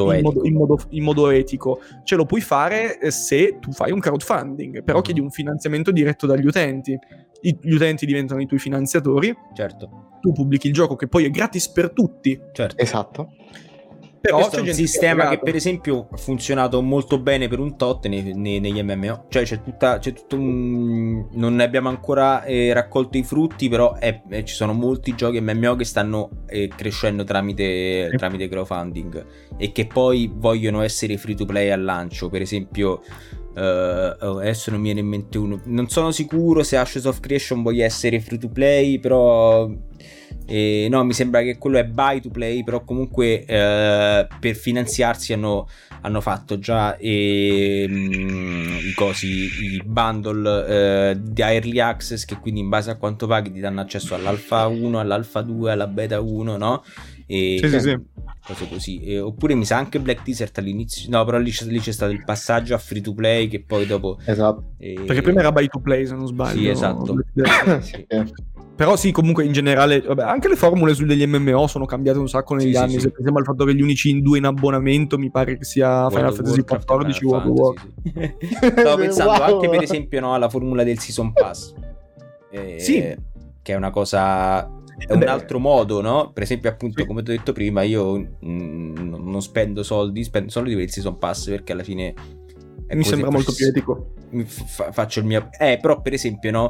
modo etico. Ce lo puoi fare se tu fai un crowdfunding, però chiedi un finanziamento diretto dagli utenti. Gli utenti diventano i tuoi finanziatori. Certo. Tu pubblichi il gioco che poi è gratis per tutti. Certo. Esatto. Però questo è un sistema che per esempio ha funzionato molto bene per un tot negli MMO, cioè c'è tutto non ne abbiamo ancora raccolto i frutti, però ci sono molti giochi MMO che stanno crescendo tramite crowdfunding e che poi vogliono essere free to play al lancio. Per esempio adesso non mi viene in mente uno, non sono sicuro se Ashes of Creation voglia essere free to play, però no, mi sembra che quello è buy to play, però comunque per finanziarsi hanno fatto già il i bundle di Early Access, che quindi in base a quanto paghi ti danno accesso all'Alpha 1, all'Alpha 2, alla Beta 1, no? Sì. Cose così. Oppure mi sa anche Black Desert all'inizio, no, però lì c'è stato il passaggio a free to play che poi dopo perché prima era buy to play, se non sbaglio. Sì, esatto. Sì. Però sì, comunque in generale, vabbè, anche le formule degli MMO sono cambiate un sacco negli anni. Se pensiamo al fatto che gli unici 2 in abbonamento mi pare che sia Final Fantasy XIV, World of Warcraft. Stavo pensando anche per esempio, no, alla formula del Season Pass, che è una cosa, è un altro modo, no? Per esempio, appunto, come ti ho detto prima, io non spendo soldi per il Season Pass, perché alla fine mi sembra molto più etico. Faccio il mio, però per esempio, no,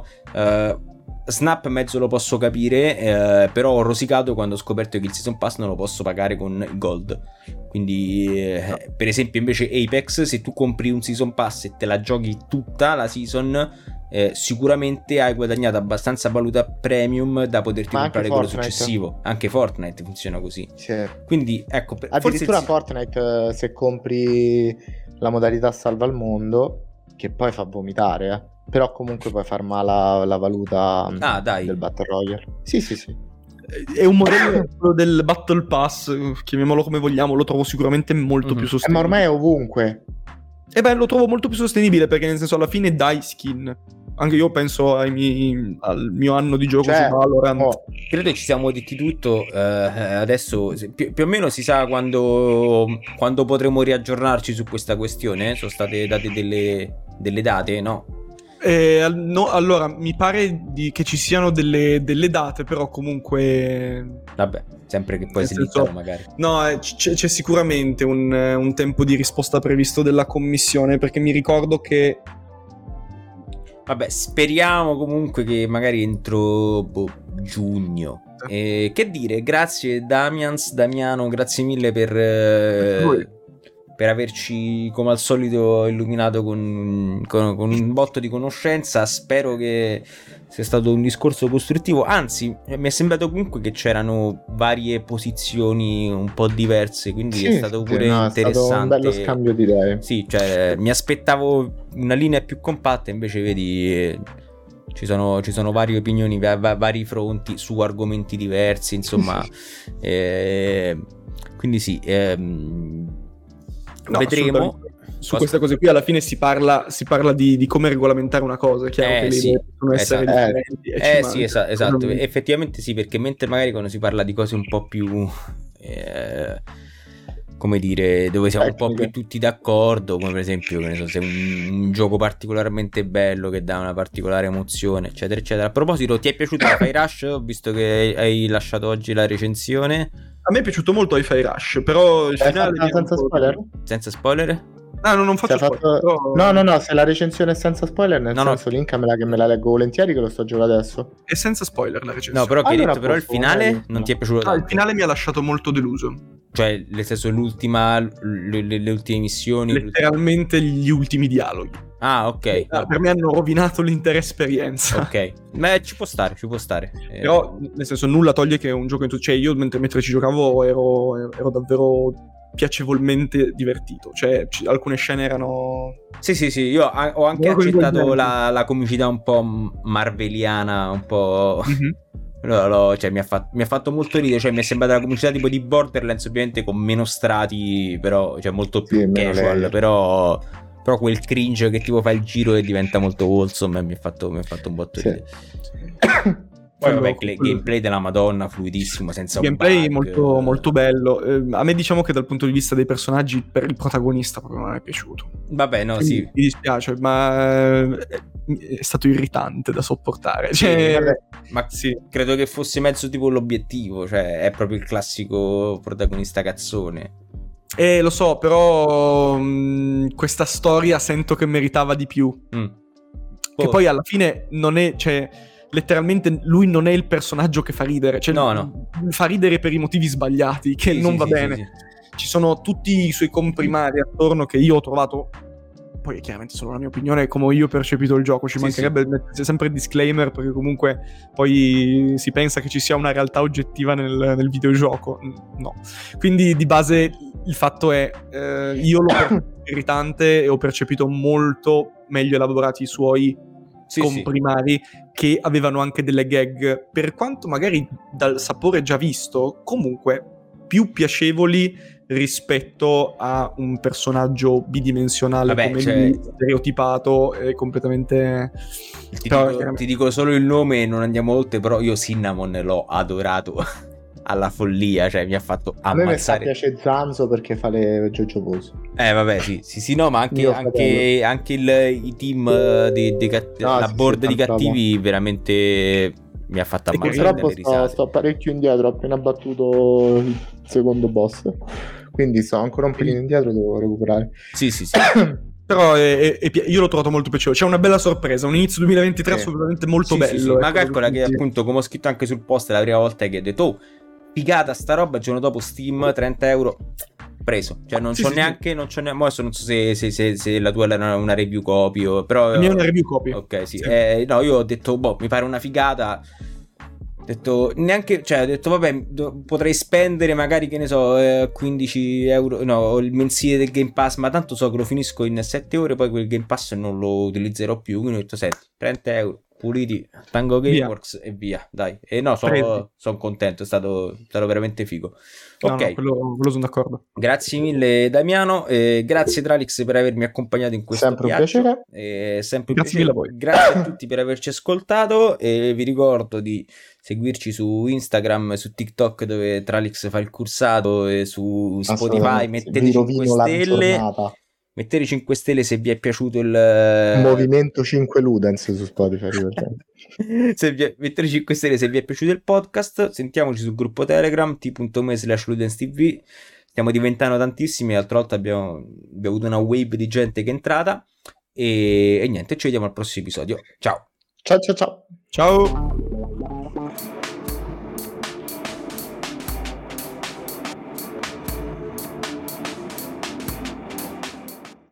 Snap mezzo lo posso capire, però ho rosicato quando ho scoperto che il Season Pass non lo posso pagare con il Gold. Quindi per esempio invece Apex, se tu compri un Season Pass e te la giochi tutta la season, sicuramente hai guadagnato abbastanza valuta premium da poterti comprare quello successivo. Anche Fortnite funziona così. Sì. Quindi ecco, addirittura Fortnite, se compri la modalità salva al mondo, che poi fa vomitare, però comunque puoi far male la valuta del Battle Royale. Sì. È un modello del Battle Pass, chiamiamolo come vogliamo, lo trovo sicuramente molto più sostenibile. Ma ormai è ovunque. Lo trovo molto più sostenibile, perché nel senso alla fine dai skin. Anche io penso al mio anno di gioco su Valorant. Credo che ci siamo detti tutto. Adesso più o meno si sa quando potremo riaggiornarci su questa questione. Sono state date delle date, no? No, allora mi pare che ci siano delle date, però comunque vabbè, sempre che poi si limitano magari. No, c'è sicuramente un tempo di risposta previsto della commissione, perché mi ricordo che vabbè, speriamo comunque che magari entro giugno. Che dire, grazie Damiano, grazie mille per averci come al solito illuminato con un botto di conoscenza. Spero che sia stato un discorso costruttivo, anzi mi è sembrato comunque che c'erano varie posizioni un po' diverse, quindi è stato pure interessante. È stato un bello scambio di idee. Sì, cioè mi aspettavo una linea più compatta, invece vedi ci sono varie opinioni, vari fronti su argomenti diversi, insomma. Quindi sì, vedremo. Su queste cose qui alla fine si parla di come regolamentare una cosa. È chiaro che le idee possono essere differenti. Sì, esatto. Effettivamente sì, perché mentre magari quando si parla di cose un po' più come dire, dove siamo un po' più tutti d'accordo, come per esempio, che ne so, se un gioco particolarmente bello che dà una particolare emozione, eccetera eccetera. A proposito, ti è piaciuto Hi-Fi Rush? Ho visto che hai lasciato oggi la recensione. A me è piaciuto molto Hi-Fi Rush, però il finale senza spoiler? Senza spoiler? Non faccio spoiler. No, se la recensione è senza spoiler, nel senso linkamela che me la leggo volentieri, che lo sto giocando adesso. È senza spoiler la recensione. No, però che hai detto, però il finale non ti è piaciuto tanto? Il finale mi ha lasciato molto deluso. Cioè, nel senso, le ultime missioni, letteralmente gli ultimi dialoghi. Ah, ok. Per me hanno rovinato l'intera esperienza. Ok, ma ci può stare. Però, nel senso, nulla toglie che è un gioco cioè, io mentre ci giocavo ero davvero piacevolmente divertito. Cioè, alcune scene erano... Sì, io ho anche accettato la comicità un po' marveliana, un po'... Cioè, mi ha fatto molto ridere. Cioè, mi è sembrata la comicità tipo di Borderlands, ovviamente con meno strati, però, cioè, molto più casual, però quel cringe che tipo fa il giro e diventa molto wholesome mi ha fatto un botto ridere. Poi vabbè, gameplay della Madonna, fluidissimo, senza gameplay molto, molto bello. A me diciamo che dal punto di vista dei personaggi, per il protagonista proprio non è piaciuto. Vabbè, no, quindi, sì. Mi dispiace, ma è stato irritante da sopportare. Cioè, ma sì, credo che fosse mezzo tipo l'obiettivo, cioè è proprio il classico protagonista cazzone. Lo so, però questa storia sento che meritava di più. Che poi alla fine non è, cioè, letteralmente lui non è il personaggio che fa ridere, cioè no. Fa ridere per i motivi sbagliati, che non va bene. Sì. Ci sono tutti i suoi comprimari attorno che io ho trovato, poi chiaramente solo la mia opinione, come io ho percepito il gioco, ci mancherebbe mettere sempre il disclaimer, perché comunque poi si pensa che ci sia una realtà oggettiva nel videogioco, no. Quindi di base il fatto è, io l'ho percepito irritante e ho percepito molto meglio elaborati i suoi comprimari, che avevano anche delle gag, per quanto magari dal sapore già visto, comunque più piacevoli rispetto a un personaggio bidimensionale come lui, stereotipato e completamente... Ti dico solo il nome e non andiamo oltre, però io Cinnamon l'ho adorato alla follia, cioè mi ha fatto ammazzare. A me piace Zanzo perché fa le Jojo Pose. Vabbè, sì, no, ma anche i team la board di cattivi veramente mi ha fatto ammazzare delle risate. Sto parecchio indietro, ho appena battuto il secondo boss, quindi sto ancora un pelino indietro, devo recuperare. Sì. Però io l'ho trovato molto piacevole. C'è una bella sorpresa, un inizio 2023 assolutamente molto bello. Sì. Ma calcola che appunto, come ho scritto anche sul post, la prima volta che ho detto figata sta roba, il giorno dopo Steam, 30 euro preso. Cioè non c'ho neanche, adesso non so se la tua era una review copy però... La mia è una review copy. Ok, sì. No, io ho detto, mi pare una figata. Ho detto, vabbè, potrei spendere magari, che ne so, 15 euro, no, il mensile del Game Pass, ma tanto so che lo finisco in 7 ore, poi quel Game Pass non lo utilizzerò più, quindi ho detto, senti, 30 euro, puliti, Tango Gameworks e via, dai. E no, sono contento, è stato veramente figo. Ok, quello sono d'accordo. Grazie mille Damiano, grazie Tralix per avermi accompagnato in questo viaggio. Sempre un piacere. Mille a voi. Grazie a tutti per averci ascoltato e vi ricordo di seguirci su Instagram, su TikTok dove Tralix fa il cursato, e su Spotify mettete 5 stelle. Mettete 5 stelle se vi è piaciuto il Movimento 5 Ludens su Spotify. Mettete 5 stelle se vi è piaciuto il podcast. Sentiamoci sul gruppo Telegram t.me/ludenstv. Stiamo diventando tantissimi. L'altra volta abbiamo avuto una wave di gente che è entrata. E niente, ci vediamo al prossimo episodio. Ciao. Ciao.